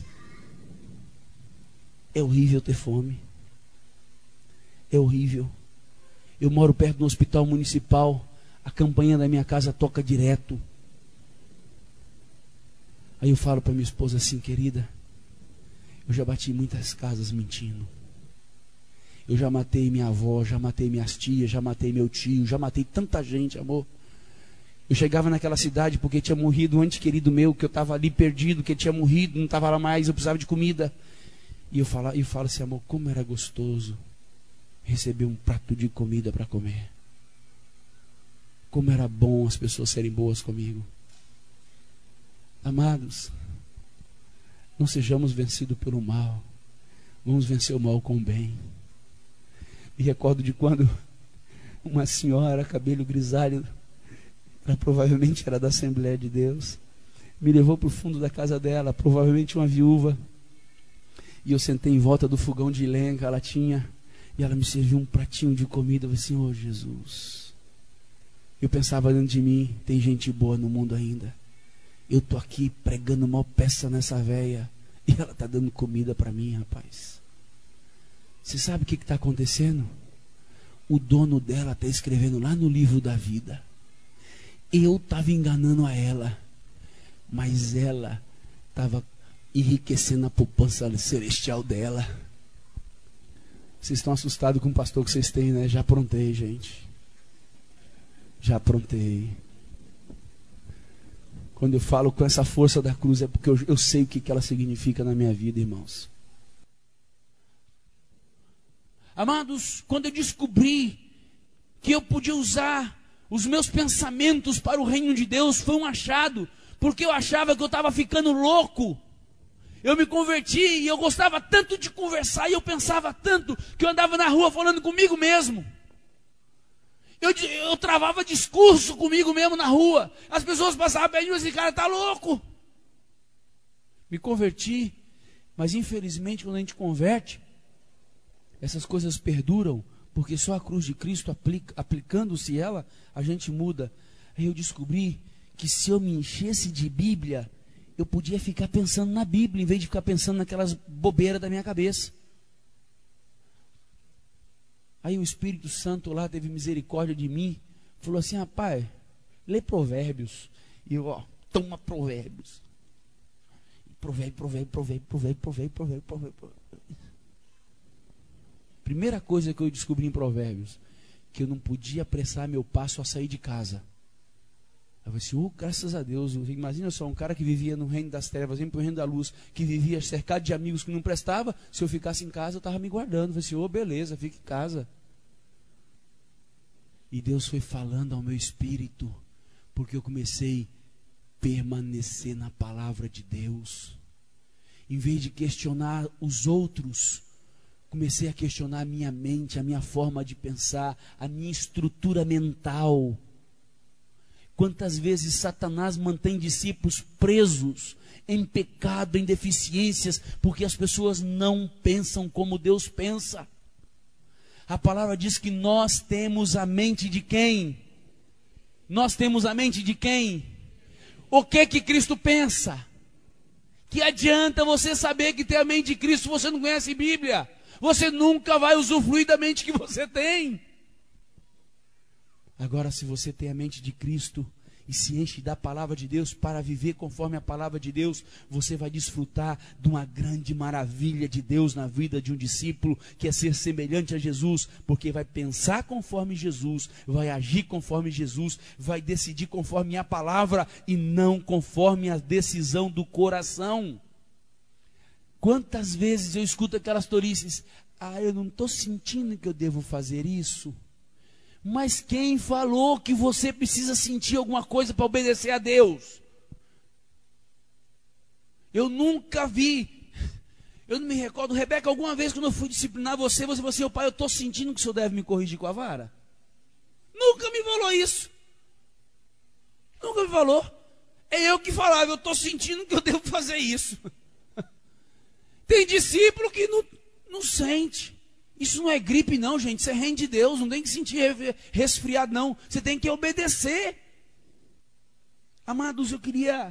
É horrível ter fome. É horrível. Eu moro perto do hospital municipal. A campainha da minha casa toca direto. Aí eu falo para minha esposa assim, querida, eu já bati muitas casas mentindo. Eu já matei minha avó, já matei minhas tias, já matei meu tio, já matei tanta gente, amor. Eu chegava naquela cidade porque tinha morrido um ente querido meu, que eu estava ali perdido, que tinha morrido, não estava lá mais, eu precisava de comida. E eu falo assim, amor, como era gostoso receber um prato de comida para comer. Como era bom as pessoas serem boas comigo. Amados, não sejamos vencidos pelo mal. Vamos vencer o mal com o bem. Me recordo de quando uma senhora, cabelo grisalho, provavelmente era da Assembleia de Deus, me levou para o fundo da casa dela, provavelmente uma viúva, e eu sentei em volta do fogão de lenha que ela tinha, e ela me serviu um pratinho de comida. Eu falei assim, oh Jesus. Eu pensava dentro de mim, tem gente boa no mundo ainda. Eu estou aqui pregando mal peça nessa véia, e ela está dando comida para mim, rapaz. Você sabe o que está acontecendo? O dono dela está escrevendo lá no livro da vida. Eu estava enganando a ela, mas ela estava enriquecendo a poupança celestial dela. Vocês estão assustados com o pastor que vocês têm, né? Já aprontei, gente. Já aprontei. Quando eu falo com essa força da cruz, é porque eu sei o que ela significa na minha vida, irmãos. Amados, quando eu descobri que eu podia usar os meus pensamentos para o reino de Deus, foi um achado, porque eu achava que eu estava ficando louco. Eu me converti e eu gostava tanto de conversar, e eu pensava tanto, que eu andava na rua falando comigo mesmo. Eu travava discurso comigo mesmo na rua. As pessoas passavam perto de mim e diziam, cara, tá louco. Me converti, mas infelizmente quando a gente converte, essas coisas perduram, porque só a cruz de Cristo, aplicando-se ela, a gente muda. Aí eu descobri que se eu me enchesse de Bíblia, eu podia ficar pensando na Bíblia, em vez de ficar pensando naquelas bobeiras da minha cabeça. Aí o Espírito Santo lá teve misericórdia de mim, falou assim, rapaz, lê Provérbios. E eu, toma Provérbios. Provérbio. Primeira coisa que eu descobri em Provérbios, que eu não podia apressar meu passo a sair de casa. Eu falei assim, graças a Deus, imagina só, um cara que vivia no reino das trevas, indo para o reino da luz, que vivia cercado de amigos que não prestavam, se eu ficasse em casa, eu estava me guardando. Eu falei assim, beleza, fique em casa. E Deus foi falando ao meu espírito, porque eu comecei a permanecer na palavra de Deus. Em vez de questionar os outros, comecei a questionar a minha mente, a minha forma de pensar, a minha estrutura mental. Quantas vezes Satanás mantém discípulos presos em pecado, em deficiências, porque as pessoas não pensam como Deus pensa. A palavra diz que nós temos a mente de quem? Nós temos a mente de quem? O que Cristo pensa? Que adianta você saber que tem a mente de Cristo se você não conhece Bíblia? Você nunca vai usufruir da mente que você tem. Agora, se você tem a mente de Cristo e se enche da palavra de Deus para viver conforme a palavra de Deus, você vai desfrutar de uma grande maravilha de Deus na vida de um discípulo, que é ser semelhante a Jesus, porque vai pensar conforme Jesus, vai agir conforme Jesus, vai decidir conforme a palavra e não conforme a decisão do coração. Quantas vezes eu escuto aquelas tolices: eu não estou sentindo que eu devo fazer isso. Mas quem falou que você precisa sentir alguma coisa para obedecer a Deus? Eu nunca vi, eu não me recordo, Rebeca, alguma vez quando eu fui disciplinar você falou assim: pai, eu estou sentindo que o senhor deve me corrigir com a vara? Nunca me falou isso. Nunca me falou. É eu que falava: eu estou sentindo que eu devo fazer isso. Tem discípulo que não sente. Isso não é gripe não, gente, isso é reino de Deus, não tem que sentir resfriado não, você tem que obedecer. Amados, eu queria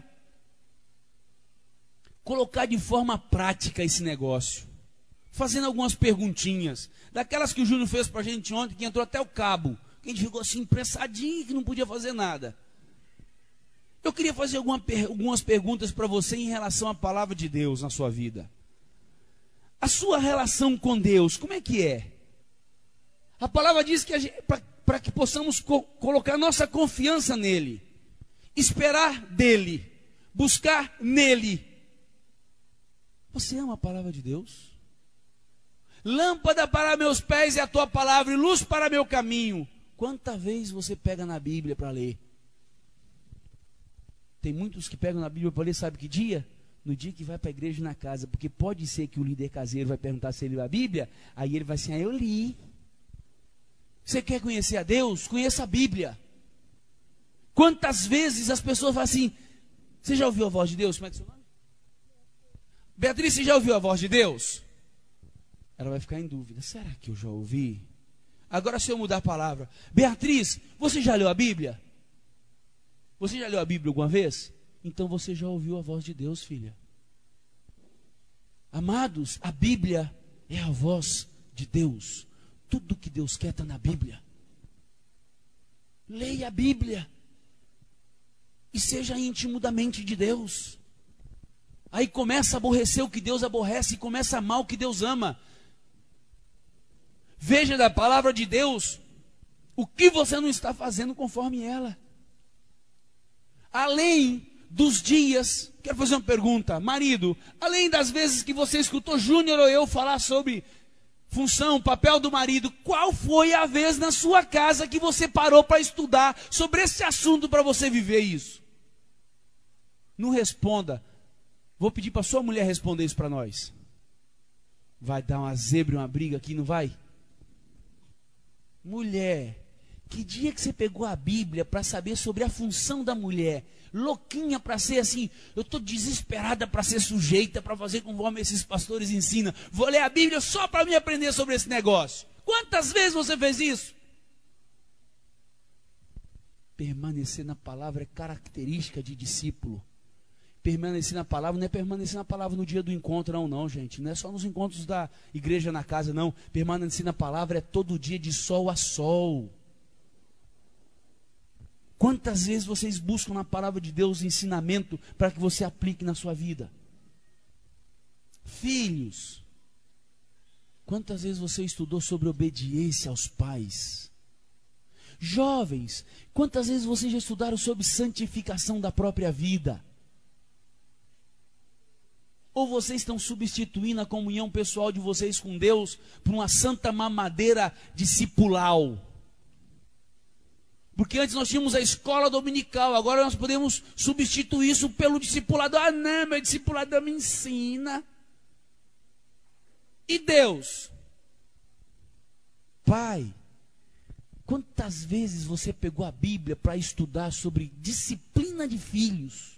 colocar de forma prática esse negócio, fazendo algumas perguntinhas, daquelas que o Júnior fez para a gente ontem, que entrou até o cabo, que a gente ficou assim, impressadinho, que não podia fazer nada. Eu queria fazer algumas perguntas para você em relação à palavra de Deus na sua vida. A sua relação com Deus, como é que é? A palavra diz que para que possamos colocar nossa confiança nele, esperar dele, buscar nele. Você ama a palavra de Deus? Lâmpada para meus pés é a tua palavra e luz para meu caminho. Quantas vezes você pega na Bíblia para ler? Tem muitos que pegam na Bíblia para ler, sabe que dia? No dia que vai para a igreja na casa, porque pode ser que o líder caseiro vai perguntar se ele leu a Bíblia, aí ele vai assim: eu li. Você quer conhecer a Deus? Conheça a Bíblia. Quantas vezes as pessoas falam assim: você já ouviu a voz de Deus? Como é que é o seu nome? Beatriz, você já ouviu a voz de Deus? Ela vai ficar em dúvida: será que eu já ouvi? Agora se eu mudar a palavra: Beatriz, você já leu a Bíblia? Você já leu a Bíblia alguma vez? Então você já ouviu a voz de Deus, filha. Amados, a Bíblia é a voz de Deus. Tudo que Deus quer está na Bíblia. Leia a Bíblia e seja íntimo da mente de Deus. Aí começa a aborrecer o que Deus aborrece e começa a amar o que Deus ama. Veja da palavra de Deus o que você não está fazendo conforme ela. Além dos dias, quero fazer uma pergunta, marido, além das vezes que você escutou Júnior ou eu falar sobre função, papel do marido, qual foi a vez na sua casa que você parou para estudar sobre esse assunto para você viver isso? Não responda. Vou pedir para sua mulher responder isso para nós. Vai dar uma zebra, uma briga aqui, não vai? Mulher, que dia que você pegou a Bíblia para saber sobre a função da mulher? Louquinha para ser assim, eu estou desesperada para ser sujeita, para fazer conforme esses pastores ensinam. Vou ler a Bíblia só para me aprender sobre esse negócio. Quantas vezes você fez isso? Permanecer na palavra é característica de discípulo. Permanecer na palavra não é permanecer na palavra no dia do encontro, não, gente. Não é só nos encontros da igreja na casa, não. Permanecer na palavra é todo dia de sol a sol. Quantas vezes vocês buscam na palavra de Deus ensinamento para que você aplique na sua vida? Filhos, quantas vezes você estudou sobre obediência aos pais? Jovens, quantas vezes vocês já estudaram sobre santificação da própria vida? Ou vocês estão substituindo a comunhão pessoal de vocês com Deus por uma santa mamadeira discipular? Porque antes nós tínhamos a escola dominical, agora nós podemos substituir isso pelo discipulado. Ah, não, meu discipulador me ensina. E Deus? Pai, quantas vezes você pegou a Bíblia para estudar sobre disciplina de filhos?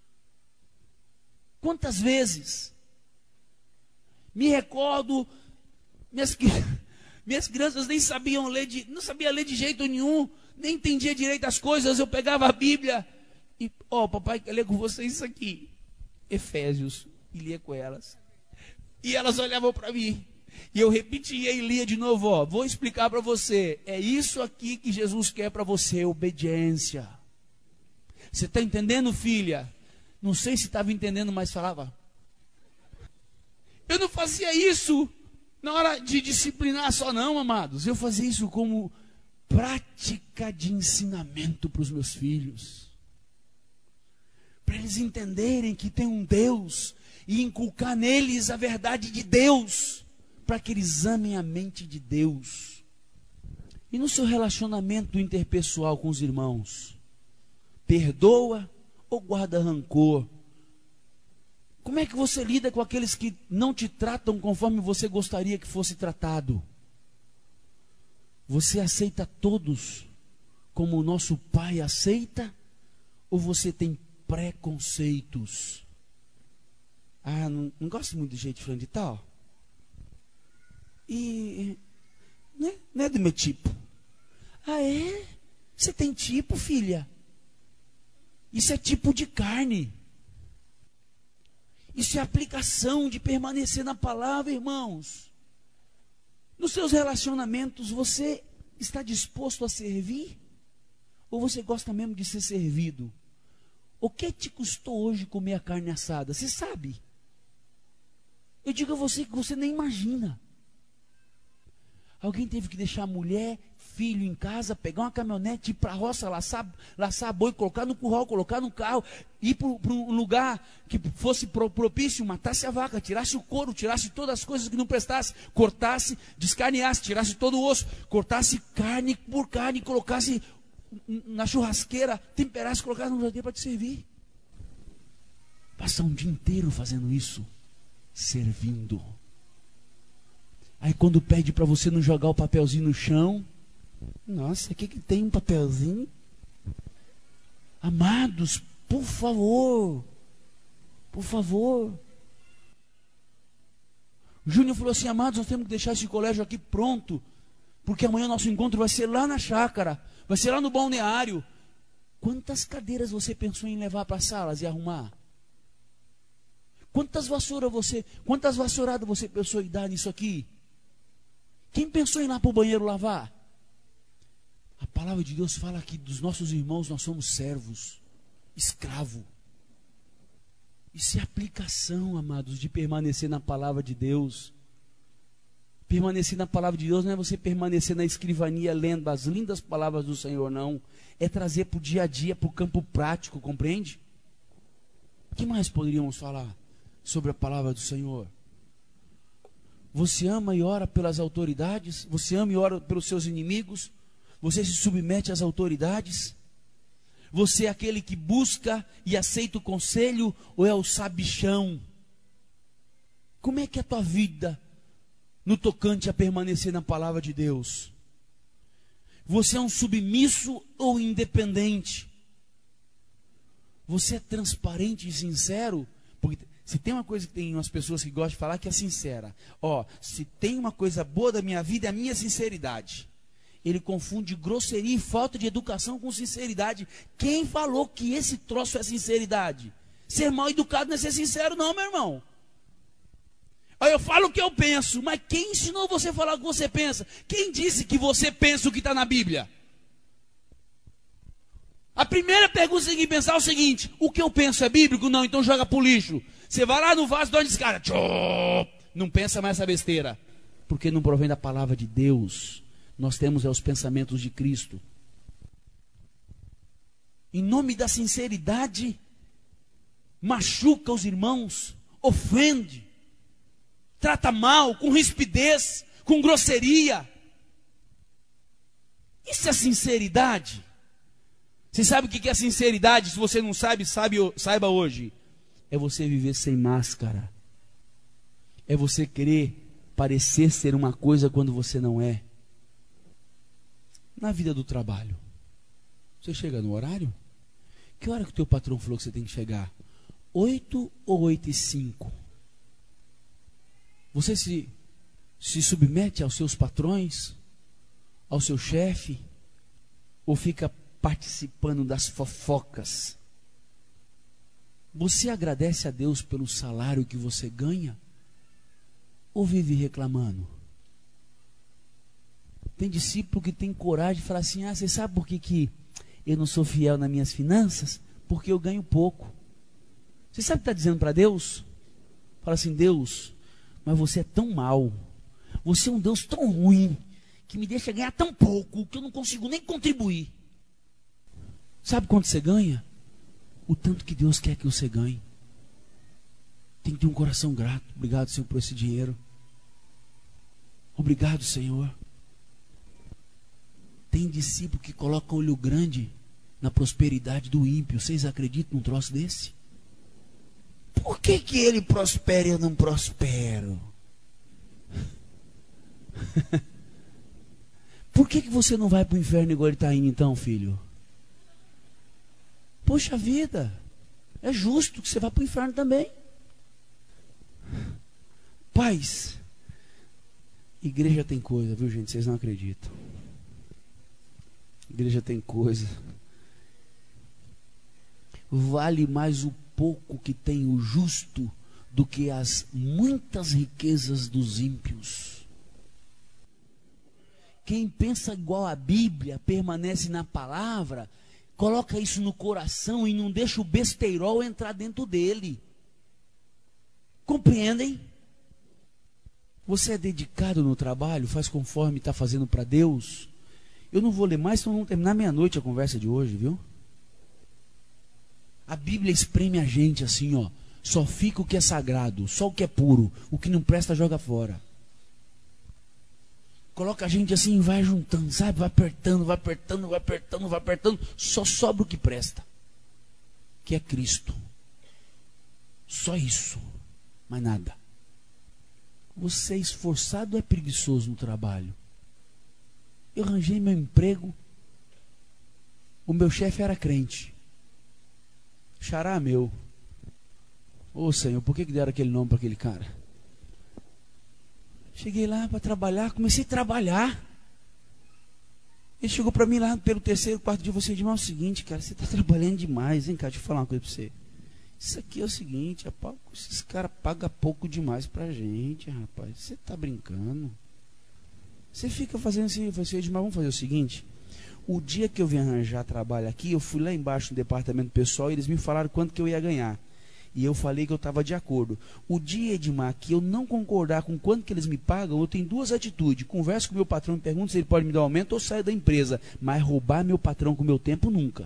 Quantas vezes? Me recordo, minhas crianças nem sabiam ler, não sabiam ler de jeito nenhum, nem entendia direito as coisas. Eu pegava a Bíblia e, papai quer ler com vocês isso aqui, Efésios, e lia com elas. E elas olhavam para mim, e eu repetia e lia de novo. Vou explicar para você, é isso aqui que Jesus quer para você, obediência. Você está entendendo, filha? Não sei se estava entendendo, mas falava. Eu não fazia isso na hora de disciplinar só não, amados. Eu fazia isso como prática de ensinamento para os meus filhos. Para eles entenderem que tem um Deus e inculcar neles a verdade de Deus, para que eles amem a mente de Deus. E no seu relacionamento interpessoal com os irmãos, perdoa ou guarda rancor? Como é que você lida com aqueles que não te tratam conforme você gostaria que fosse tratado? Você aceita todos como o nosso Pai aceita? Ou você tem preconceitos? Ah, não gosto muito de jeito de fulano de tal. E não é do meu tipo. Ah, é? Você tem tipo, filha? Isso é tipo de carne. Isso é aplicação de permanecer na palavra, irmãos. Nos seus relacionamentos, você está disposto a servir? Ou você gosta mesmo de ser servido? O que te custou hoje comer a carne assada? Você sabe? Eu digo a você que você nem imagina. Alguém teve que deixar a mulher, filho em casa, pegar uma caminhonete, ir para a roça, laçar boi, colocar no curral, colocar no carro, ir para um lugar que fosse propício, matasse a vaca, tirasse o couro, tirasse todas as coisas que não prestasse, cortasse, descarneasse, tirasse todo o osso, cortasse carne por carne, colocasse na churrasqueira, temperasse, colocasse no jardim para te servir. Passar um dia inteiro fazendo isso, servindo. Aí quando pede para você não jogar o papelzinho no chão, nossa, aqui que tem um papelzinho. Amados, por favor, por favor. Júnior falou assim, amados, nós temos que deixar esse colégio aqui pronto, porque amanhã nosso encontro vai ser lá na chácara, vai ser lá no balneário. Quantas cadeiras você pensou em levar para as salas e arrumar? Quantas vassouradas você pensou em dar nisso aqui? Quem pensou em ir lá para o banheiro lavar? A palavra de Deus fala que dos nossos irmãos nós somos servos, escravo. Isso é aplicação, amados, de permanecer na palavra de Deus. Permanecer na palavra de Deus não é você permanecer na escrivania lendo as lindas palavras do Senhor, não. É trazer para o dia a dia, para o campo prático, compreende? O que mais poderíamos falar sobre a palavra do Senhor? Você ama e ora pelas autoridades? Você ama e ora pelos seus inimigos? Você se submete às autoridades? Você é aquele que busca e aceita o conselho ou é o sabichão? Como é que é a tua vida no tocante a permanecer na palavra de Deus? Você é um submisso ou independente? Você é transparente e sincero? Porque se tem uma coisa que tem umas pessoas que gostam de falar que é sincera. Se tem uma coisa boa da minha vida é a minha sinceridade. Ele confunde grosseria e falta de educação com sinceridade. Quem falou que esse troço é sinceridade? Ser mal educado não é ser sincero não, meu irmão. Eu falo o que eu penso, mas quem ensinou você a falar o que você pensa? Quem disse que você pensa o que está na Bíblia? A primeira pergunta que você tem que pensar é o seguinte: o que eu penso é bíblico? Não, então joga pro lixo. Você vai lá no vaso, dá uma descarga. Não pensa mais essa besteira. Porque não provém da palavra de Deus. Nós temos os pensamentos de Cristo. Em nome da sinceridade, machuca os irmãos, ofende, trata mal, com rispidez, com grosseria. Isso é sinceridade. Você sabe o que é sinceridade? Se você não sabe, saiba hoje. É você viver sem máscara. É você querer parecer ser uma coisa quando você não é. Na vida do trabalho, você chega no horário? Que hora que o teu patrão falou que você tem que chegar? 8 ou 8:05? Você se submete aos seus patrões? Ao seu chefe? Ou fica participando das fofocas? Você agradece a Deus pelo salário que você ganha? Ou vive reclamando? Tem discípulo que tem coragem de falar assim: você sabe por que eu não sou fiel nas minhas finanças? porque eu ganho pouco. Você sabe o que está dizendo para Deus? Fala assim: Deus, mas você é tão mau, você é um Deus tão ruim, que me deixa ganhar tão pouco, que eu não consigo nem contribuir. Sabe quanto você ganha? O tanto que Deus quer que você ganhe. Tem que ter um coração grato. Obrigado, Senhor, por esse dinheiro. Obrigado, Senhor. Tem discípulo que coloca olho grande na prosperidade do ímpio. Vocês acreditam num troço desse? Por que que ele prospera e eu não prospero? Por que que você não vai para o inferno igual ele está indo então, filho? Poxa vida, é justo que você vá para o inferno também. Pais, igreja tem coisa, viu, gente? Vocês não acreditam. Igreja tem coisa. Vale mais o pouco que tem o justo do que as muitas riquezas dos ímpios. Quem pensa igual a Bíblia, permanece na palavra, coloca isso no coração e não deixa o besteirol entrar dentro dele. Compreendem? Você é dedicado no trabalho, faz conforme está fazendo para Deus. Eu não vou ler mais, senão vamos terminar meia-noite a conversa de hoje, viu? A Bíblia espreme a gente assim, ó. Só fica o que é sagrado, só o que é puro. O que não presta, joga fora. Coloca a gente assim e vai juntando, sabe? Vai apertando, vai apertando, vai apertando, vai apertando. Só sobra o que presta, que é Cristo. Só isso, mais nada. Você é esforçado ou é preguiçoso no trabalho? Eu arranjei meu emprego. O meu chefe era crente. Xará meu. Ô Senhor, por que deram aquele nome para aquele cara? Cheguei lá para trabalhar, comecei a trabalhar. Ele chegou para mim lá pelo terceiro, quarto dia, você disse: é o seguinte, cara, você está trabalhando demais, hein, cara? Deixa eu falar uma coisa para você. Isso aqui é o seguinte, rapaz, esses caras pagam pouco demais pra gente, rapaz. Você está brincando? Você fica fazendo assim, você diz: mas vamos fazer o seguinte. O dia que eu vim arranjar trabalho aqui, eu fui lá embaixo no departamento pessoal e eles me falaram quanto que eu ia ganhar. E eu falei que eu estava de acordo. O dia, Edmar, que eu não concordar com quanto que eles me pagam, eu tenho duas atitudes. Converso com o meu patrão e pergunto se ele pode me dar um aumento ou saio da empresa. Mas roubar meu patrão com o meu tempo, nunca.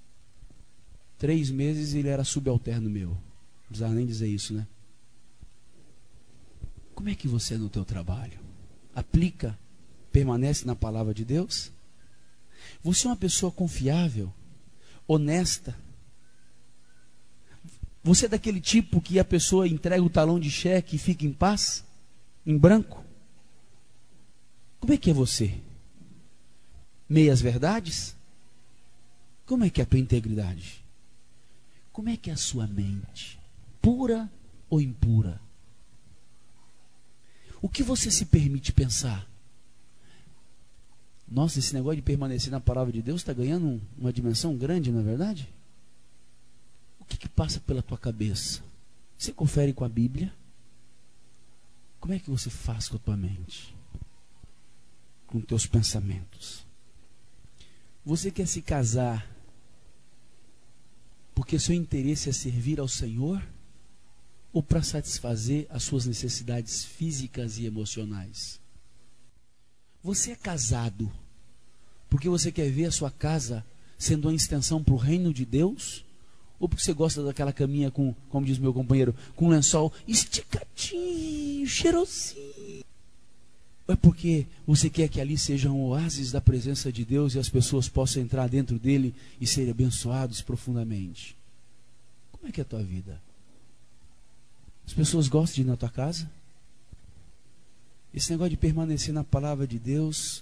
3 meses ele era subalterno meu. Não precisava nem dizer isso, né? Como é que você é no teu trabalho? Aplica, permanece na palavra de Deus? Você é uma pessoa confiável, honesta? Você é daquele tipo que a pessoa entrega o talão de cheque e fica em paz? Em branco? Como é que é você? Meias verdades? Como é que é a tua integridade? Como é que é a sua mente? Pura ou impura? O que você se permite pensar? Nossa, esse negócio de permanecer na palavra de Deus está ganhando uma dimensão grande, não é verdade? O que passa pela tua cabeça? Você confere com a Bíblia? Como é que você faz com a tua mente? Com teus pensamentos? Você quer se casar porque seu interesse é servir ao Senhor? Ou para satisfazer as suas necessidades físicas e emocionais? Você é casado porque você quer ver a sua casa sendo uma extensão para o reino de Deus? Ou porque você gosta daquela caminha com, como diz meu companheiro, com um lençol esticadinho, cheirosinho? Ou é porque você quer que ali seja um oásis da presença de Deus e as pessoas possam entrar dentro dele e serem abençoados profundamente? Como é que é a tua vida? As pessoas gostam de ir na tua casa? Esse negócio de permanecer na palavra de Deus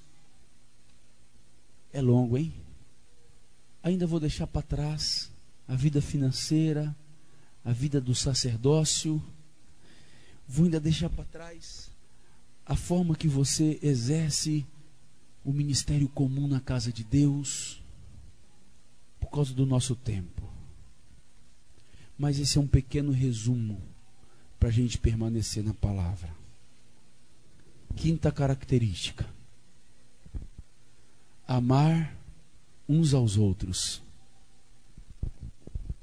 é longo, hein? Ainda vou deixar para trás a vida financeira, a vida do sacerdócio. Vou ainda deixar para trás a forma que você exerce o ministério comum na casa de Deus, por causa do nosso tempo. Mas esse é um pequeno resumo para a gente permanecer na palavra. Quinta característica: amar uns aos outros.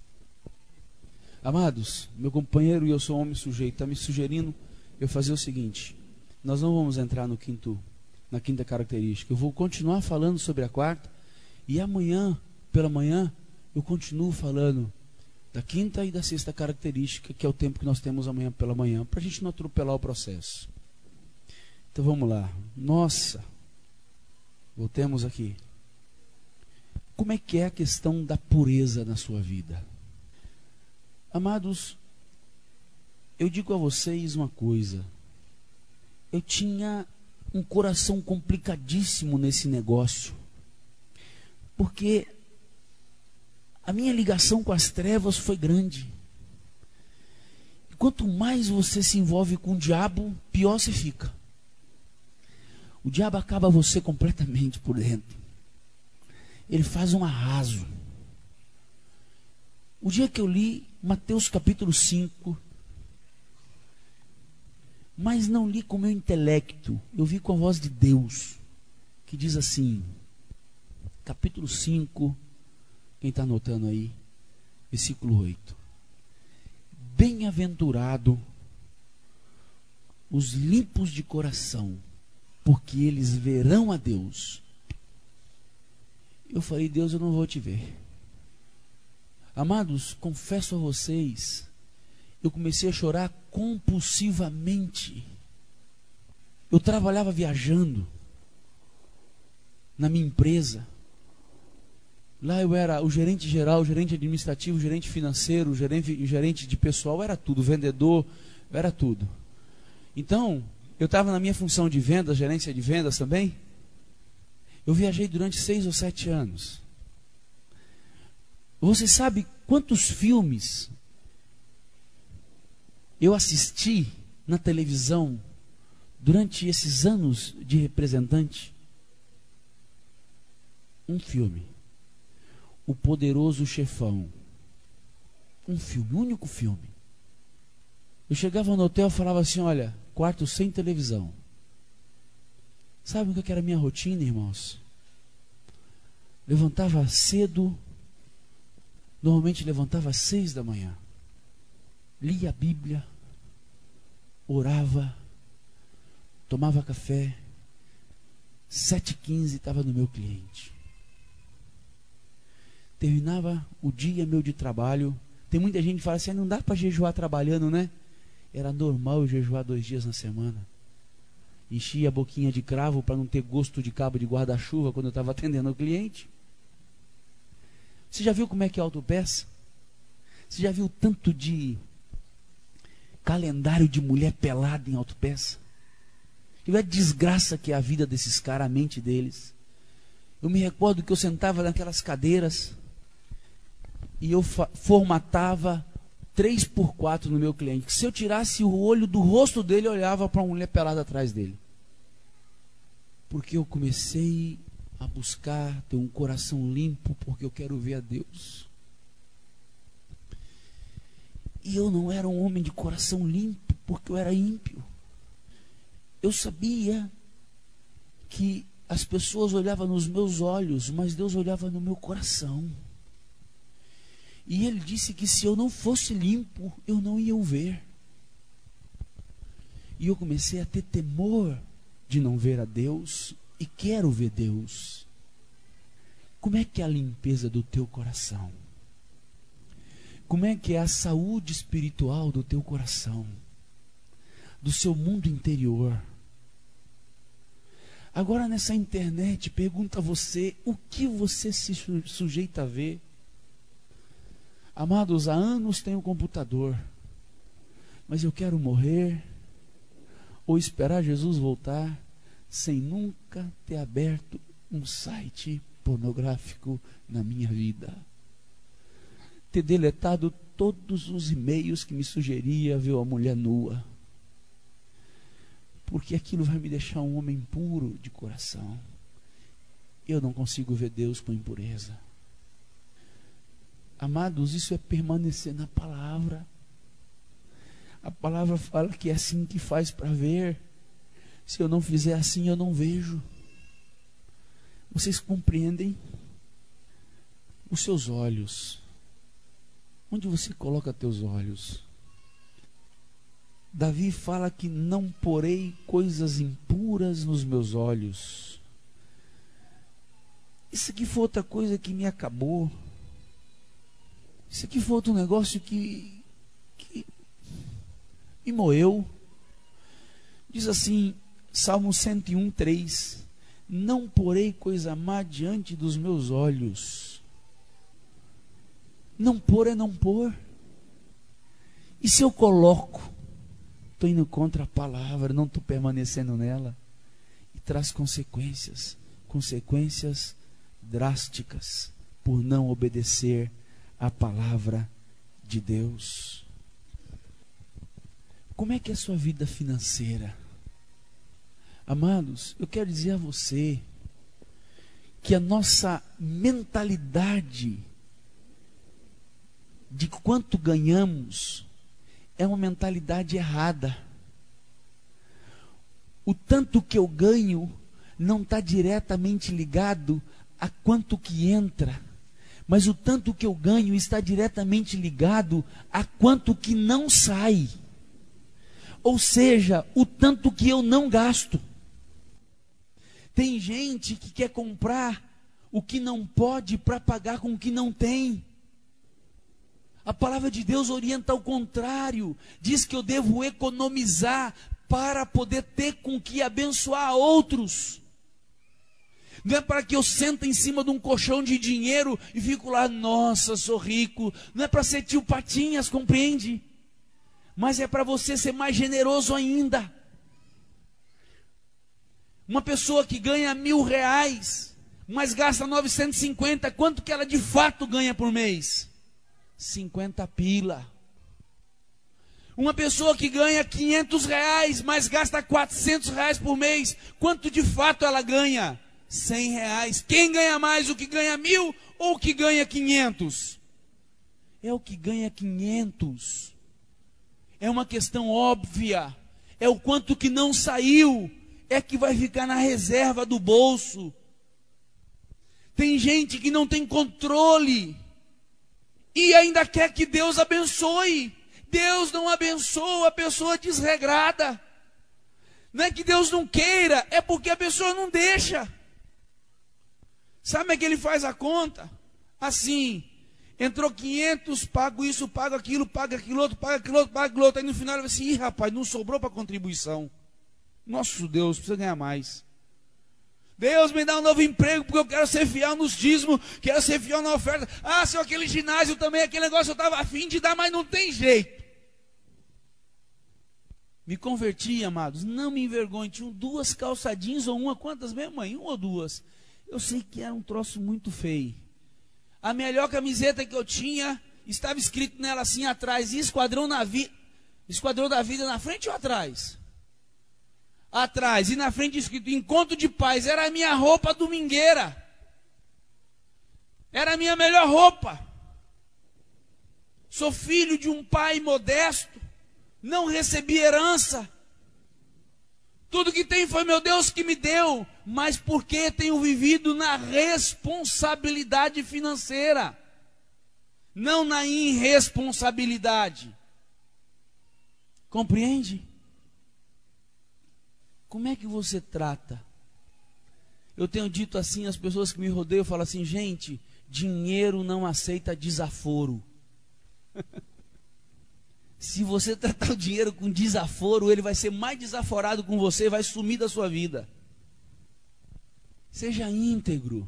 Amados, meu companheiro e eu sou homem sujeito, está me sugerindo eu fazer o seguinte: nós não vamos entrar na quinta característica. Eu vou continuar falando sobre a quarta, e amanhã, pela manhã, eu continuo falando da quinta e da sexta característica, que é o tempo que nós temos amanhã pela manhã, para a gente não atropelar o processo. Então vamos lá. Nossa, voltemos aqui. Como é que é a questão da pureza na sua vida? Amados, eu digo a vocês uma coisa. Eu tinha um coração complicadíssimo nesse negócio, porque a minha ligação com as trevas foi grande. E quanto mais você se envolve com o diabo, pior você fica. O diabo acaba você completamente por dentro. Ele faz um arraso. O dia que eu li Mateus capítulo 5, mas não li com o meu intelecto, eu vi com a voz de Deus, que diz assim, capítulo 5, quem está anotando aí, versículo 8. Bem-aventurado os limpos de coração, porque eles verão a Deus. Eu falei: Deus, eu não vou te ver. Amados, confesso a vocês, eu comecei a chorar compulsivamente. Eu trabalhava viajando na minha empresa. Lá eu era o gerente geral, o gerente administrativo, o gerente financeiro, o gerente de pessoal, era tudo, vendedor, era tudo. Então, eu estava na minha função de vendas, gerência de vendas também. Eu viajei durante 6 ou 7 anos. Você sabe quantos filmes eu assisti na televisão durante esses anos de representante? Um filme. O Poderoso Chefão. Um filme, um único filme. Eu chegava no hotel e falava assim: olha, quarto sem televisão. Sabe o que era a minha rotina, irmãos? Levantava cedo, normalmente levantava às 6 da manhã. Lia a Bíblia, orava, tomava café. 7h15 estava no meu cliente. Terminava o dia meu de trabalho. Tem muita gente que fala assim: não dá para jejuar trabalhando, né? Era normal eu jejuar 2 dias na semana. Enchia a boquinha de cravo para não ter gosto de cabo de guarda-chuva quando eu estava atendendo o cliente. Você já viu como é que é a autopeça? Você já viu tanto de calendário de mulher pelada em autopeça? E a desgraça que é a vida desses caras, a mente deles. Eu me recordo que eu sentava naquelas cadeiras e eu formatava 3x4 no meu cliente. Se eu tirasse o olho do rosto dele, eu olhava para uma mulher pelada atrás dele. Porque eu comecei a buscar ter um coração limpo, porque eu quero ver a Deus. E eu não era um homem de coração limpo, porque eu era ímpio. Eu sabia que as pessoas olhavam nos meus olhos, mas Deus olhava no meu coração. E Ele disse que se eu não fosse limpo, eu não ia o ver. E eu comecei a ter temor de não ver a Deus, e quero ver Deus. Como é que é a limpeza do teu coração? Como é que é a saúde espiritual do teu coração? Do seu mundo interior? Agora nessa internet, pergunta a você, o que você se sujeita a ver? Amados, há anos tenho um computador, mas eu quero morrer ou esperar Jesus voltar sem nunca ter aberto um site pornográfico na minha vida. Ter deletado todos os e-mails que me sugeria ver uma mulher nua. Porque aquilo vai me deixar um homem puro de coração. Eu não consigo ver Deus com impureza. Amados, isso é permanecer na palavra. A palavra fala que é assim que faz para ver. Se eu não fizer assim, eu não vejo. Vocês compreendem? Os seus olhos, Onde você coloca teus olhos? Davi fala que não porei coisas impuras nos meus olhos. Isso aqui foi outra coisa que me acabou. Isso aqui foi outro negócio que me moeu. Diz assim, Salmo 101, 3: não porei coisa má diante dos meus olhos. Não pôr é não pôr. E se eu coloco, estou indo contra a palavra, não estou permanecendo nela, e traz consequências drásticas, por não obedecer à palavra de Deus. Como é que é a sua vida financeira? Amados, eu quero dizer a você que a nossa mentalidade de quanto ganhamos é uma mentalidade errada. O tanto que eu ganho não está diretamente ligado a quanto que entra, mas o tanto que eu ganho está diretamente ligado a quanto que não sai, ou seja, o tanto que eu não gasto. Tem gente que quer comprar o que não pode para pagar com o que não tem. A palavra de Deus orienta ao contrário. Diz que eu devo economizar para poder ter com que abençoar outros. Não é para que eu sente em cima de um colchão de dinheiro e fico lá, nossa, sou rico. Não é para ser tio Patinhas, compreende? Mas é para você ser mais generoso ainda. Uma pessoa que ganha R$1.000, mas gasta 950, quanto que ela de fato ganha por mês? 50 pila. Uma pessoa que ganha R$500, mas gasta R$400 por mês, quanto de fato ela ganha? R$100. Quem ganha mais, o que ganha 1.000 ou o que ganha 500? É o que ganha 500. É uma questão óbvia. É o quanto que não saiu, é que vai ficar na reserva do bolso. Tem gente que não tem controle e ainda quer que Deus abençoe. Deus não abençoa a pessoa desregrada. Não é que Deus não queira, é porque a pessoa não deixa. Sabe como é que ele faz a conta? Assim, entrou 500, pago isso, pago aquilo outro, paga aquilo outro, paga aquilo outro. Aí no final ele vai assim, ih rapaz, não sobrou para contribuição. Nosso Deus, precisa ganhar mais. Deus me dá um novo emprego, porque eu quero ser fiel nos dízimos, quero ser fiel na oferta. Ah, seu aquele ginásio também, aquele negócio eu estava afim de dar, mas não tem jeito. Me converti, amados, não me envergonhe. Tinham 2 calça jeans ou uma, quantas mesmo, mãe? 1 ou 2. Eu sei que era um troço muito feio. A melhor camiseta que eu tinha, estava escrito nela assim atrás, Esquadrão da Vida, na frente ou atrás? Atrás, e na frente escrito Encontro de Paz. Era a minha roupa domingueira, era a minha melhor roupa. Sou filho de um pai modesto, não recebi herança, tudo que tem foi meu Deus que me deu, mas porque tenho vivido na responsabilidade financeira, não na irresponsabilidade. Compreende? Como é que você trata? Eu tenho dito assim, as pessoas que me rodeiam falam assim, gente, dinheiro não aceita desaforo. Se você tratar o dinheiro com desaforo, ele vai ser mais desaforado com você, vai sumir da sua vida. Seja íntegro.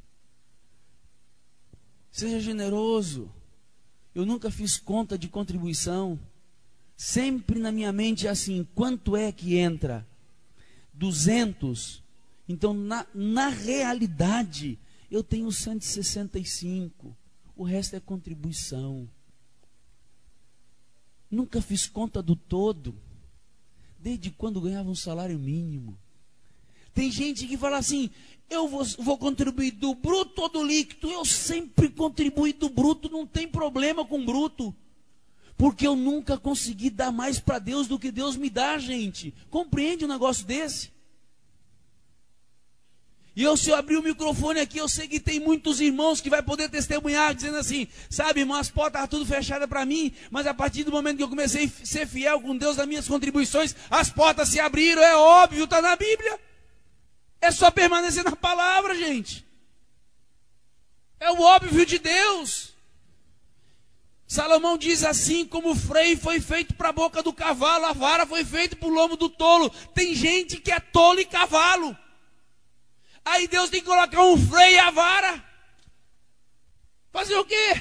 Seja generoso. Eu nunca fiz conta de contribuição. Sempre na minha mente é assim, quanto é que entra? 200. Então, na realidade, eu tenho 165. O resto é contribuição. Nunca fiz conta do todo. Desde quando ganhava um salário mínimo. Tem gente que fala assim, eu vou contribuir do bruto ou do líquido? Eu sempre contribuí do bruto, não tem problema com bruto. Porque eu nunca consegui dar mais para Deus do que Deus me dá, gente. Compreende um negócio desse? E se eu abrir o microfone aqui, eu sei que tem muitos irmãos que vai poder testemunhar, dizendo assim, sabe, irmão, as portas estavam tudo fechadas para mim, mas a partir do momento que eu comecei a ser fiel com Deus nas minhas contribuições, as portas se abriram, é óbvio, está na Bíblia. É só permanecer na palavra, gente. É o óbvio de Deus. Salomão diz assim, como o freio foi feito para a boca do cavalo, a vara foi feita para o lombo do tolo. Tem gente que é tolo e cavalo. Aí Deus tem que colocar um freio e a vara. Fazer o quê?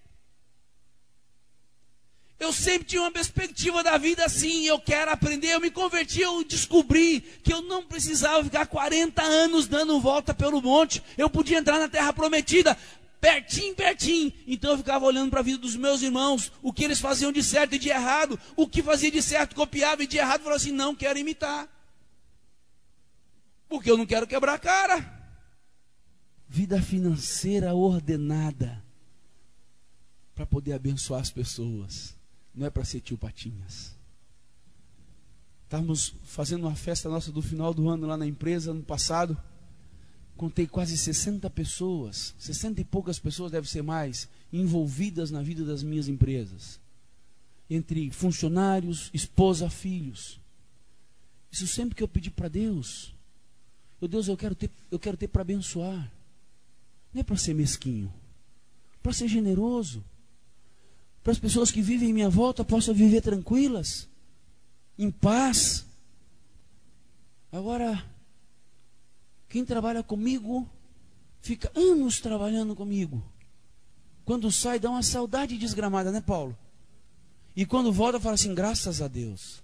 Eu sempre tinha uma perspectiva da vida assim, eu quero aprender, eu me converti, eu descobri que eu não precisava ficar 40 anos dando volta pelo monte, eu podia entrar na terra prometida, pertinho, pertinho. Então eu ficava olhando para a vida dos meus irmãos, o que eles faziam de certo e de errado, o que fazia de certo copiava e de errado falava assim, não quero imitar. Porque eu não quero quebrar a cara. Vida financeira ordenada para poder abençoar as pessoas. Não é para ser tio Patinhas. Estávamos fazendo uma festa nossa do final do ano lá na empresa, ano passado. Contei quase 60 pessoas, 60 e poucas pessoas, deve ser mais, envolvidas na vida das minhas empresas. Entre funcionários, esposa, filhos. Isso sempre que eu pedi para Deus. Deus, eu quero ter para abençoar. Não é para ser mesquinho. Para ser generoso. Para as pessoas que vivem em minha volta possam viver tranquilas. Em paz. Agora, quem trabalha comigo, fica anos trabalhando comigo. Quando sai, dá uma saudade desgramada, né, Paulo? E quando volta, fala assim, graças a Deus.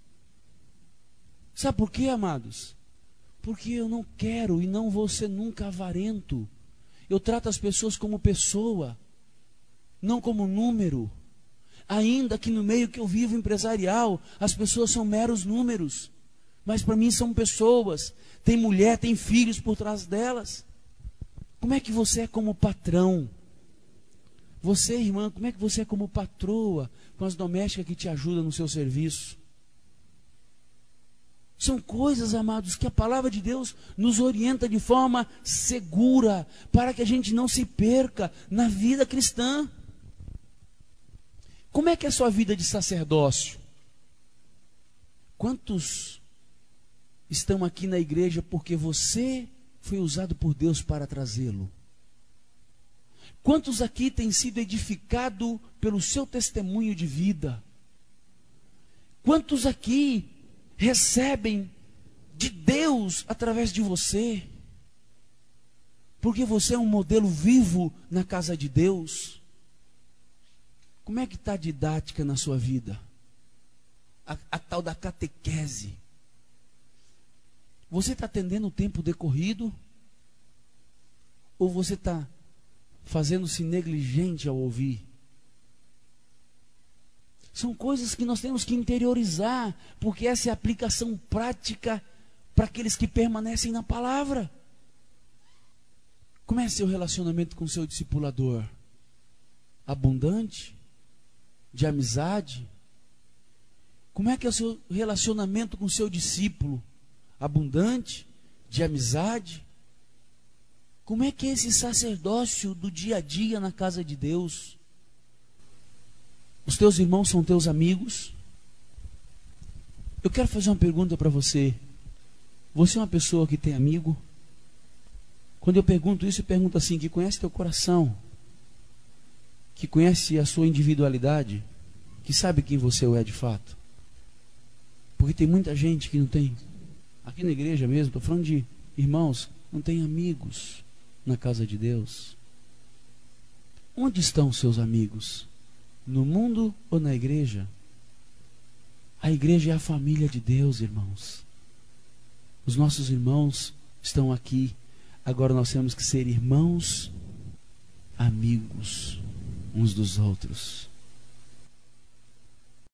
Sabe por quê, amados? Porque eu não quero e não vou ser nunca avarento. Eu trato as pessoas como pessoa, não como número. Ainda que no meio que eu vivo empresarial, as pessoas são meros números. Mas para mim são pessoas. Tem mulher, tem filhos por trás delas. Como é que você é como patrão? Você, irmã, como é que você é como patroa com as domésticas que te ajudam no seu serviço? São coisas, amados, que a palavra de Deus nos orienta de forma segura, para que a gente não se perca na vida cristã. Como é que é a sua vida de sacerdócio? Quantos estão aqui na igreja porque você foi usado por Deus para trazê-lo? Quantos aqui têm sido edificados pelo seu testemunho de vida? Quantos aqui recebem de Deus através de você? Porque você é um modelo vivo na casa de Deus. Como é que está a didática na sua vida? A tal da catequese. Você está atendendo o tempo decorrido? Ou você está fazendo-se negligente ao ouvir? São coisas que nós temos que interiorizar, porque essa é a aplicação prática para aqueles que permanecem na palavra. Como é seu relacionamento com o seu discipulador? Abundante? De amizade? Como é que é o seu relacionamento com o seu discípulo? Abundante? De amizade? Como é que é esse sacerdócio do dia a dia na casa de Deus? Os teus irmãos são teus amigos? Eu quero fazer uma pergunta para você. Você é uma pessoa que tem amigo? Quando eu pergunto isso, eu pergunto assim, que conhece teu coração, que conhece a sua individualidade, que sabe quem você é de fato. Porque tem muita gente que não tem, aqui na igreja mesmo, estou falando de irmãos, não tem amigos na casa de Deus. Onde estão os seus amigos? No mundo ou na igreja? A igreja é a família de Deus, irmãos. Os nossos irmãos estão aqui. Agora nós temos que ser irmãos, amigos uns dos outros.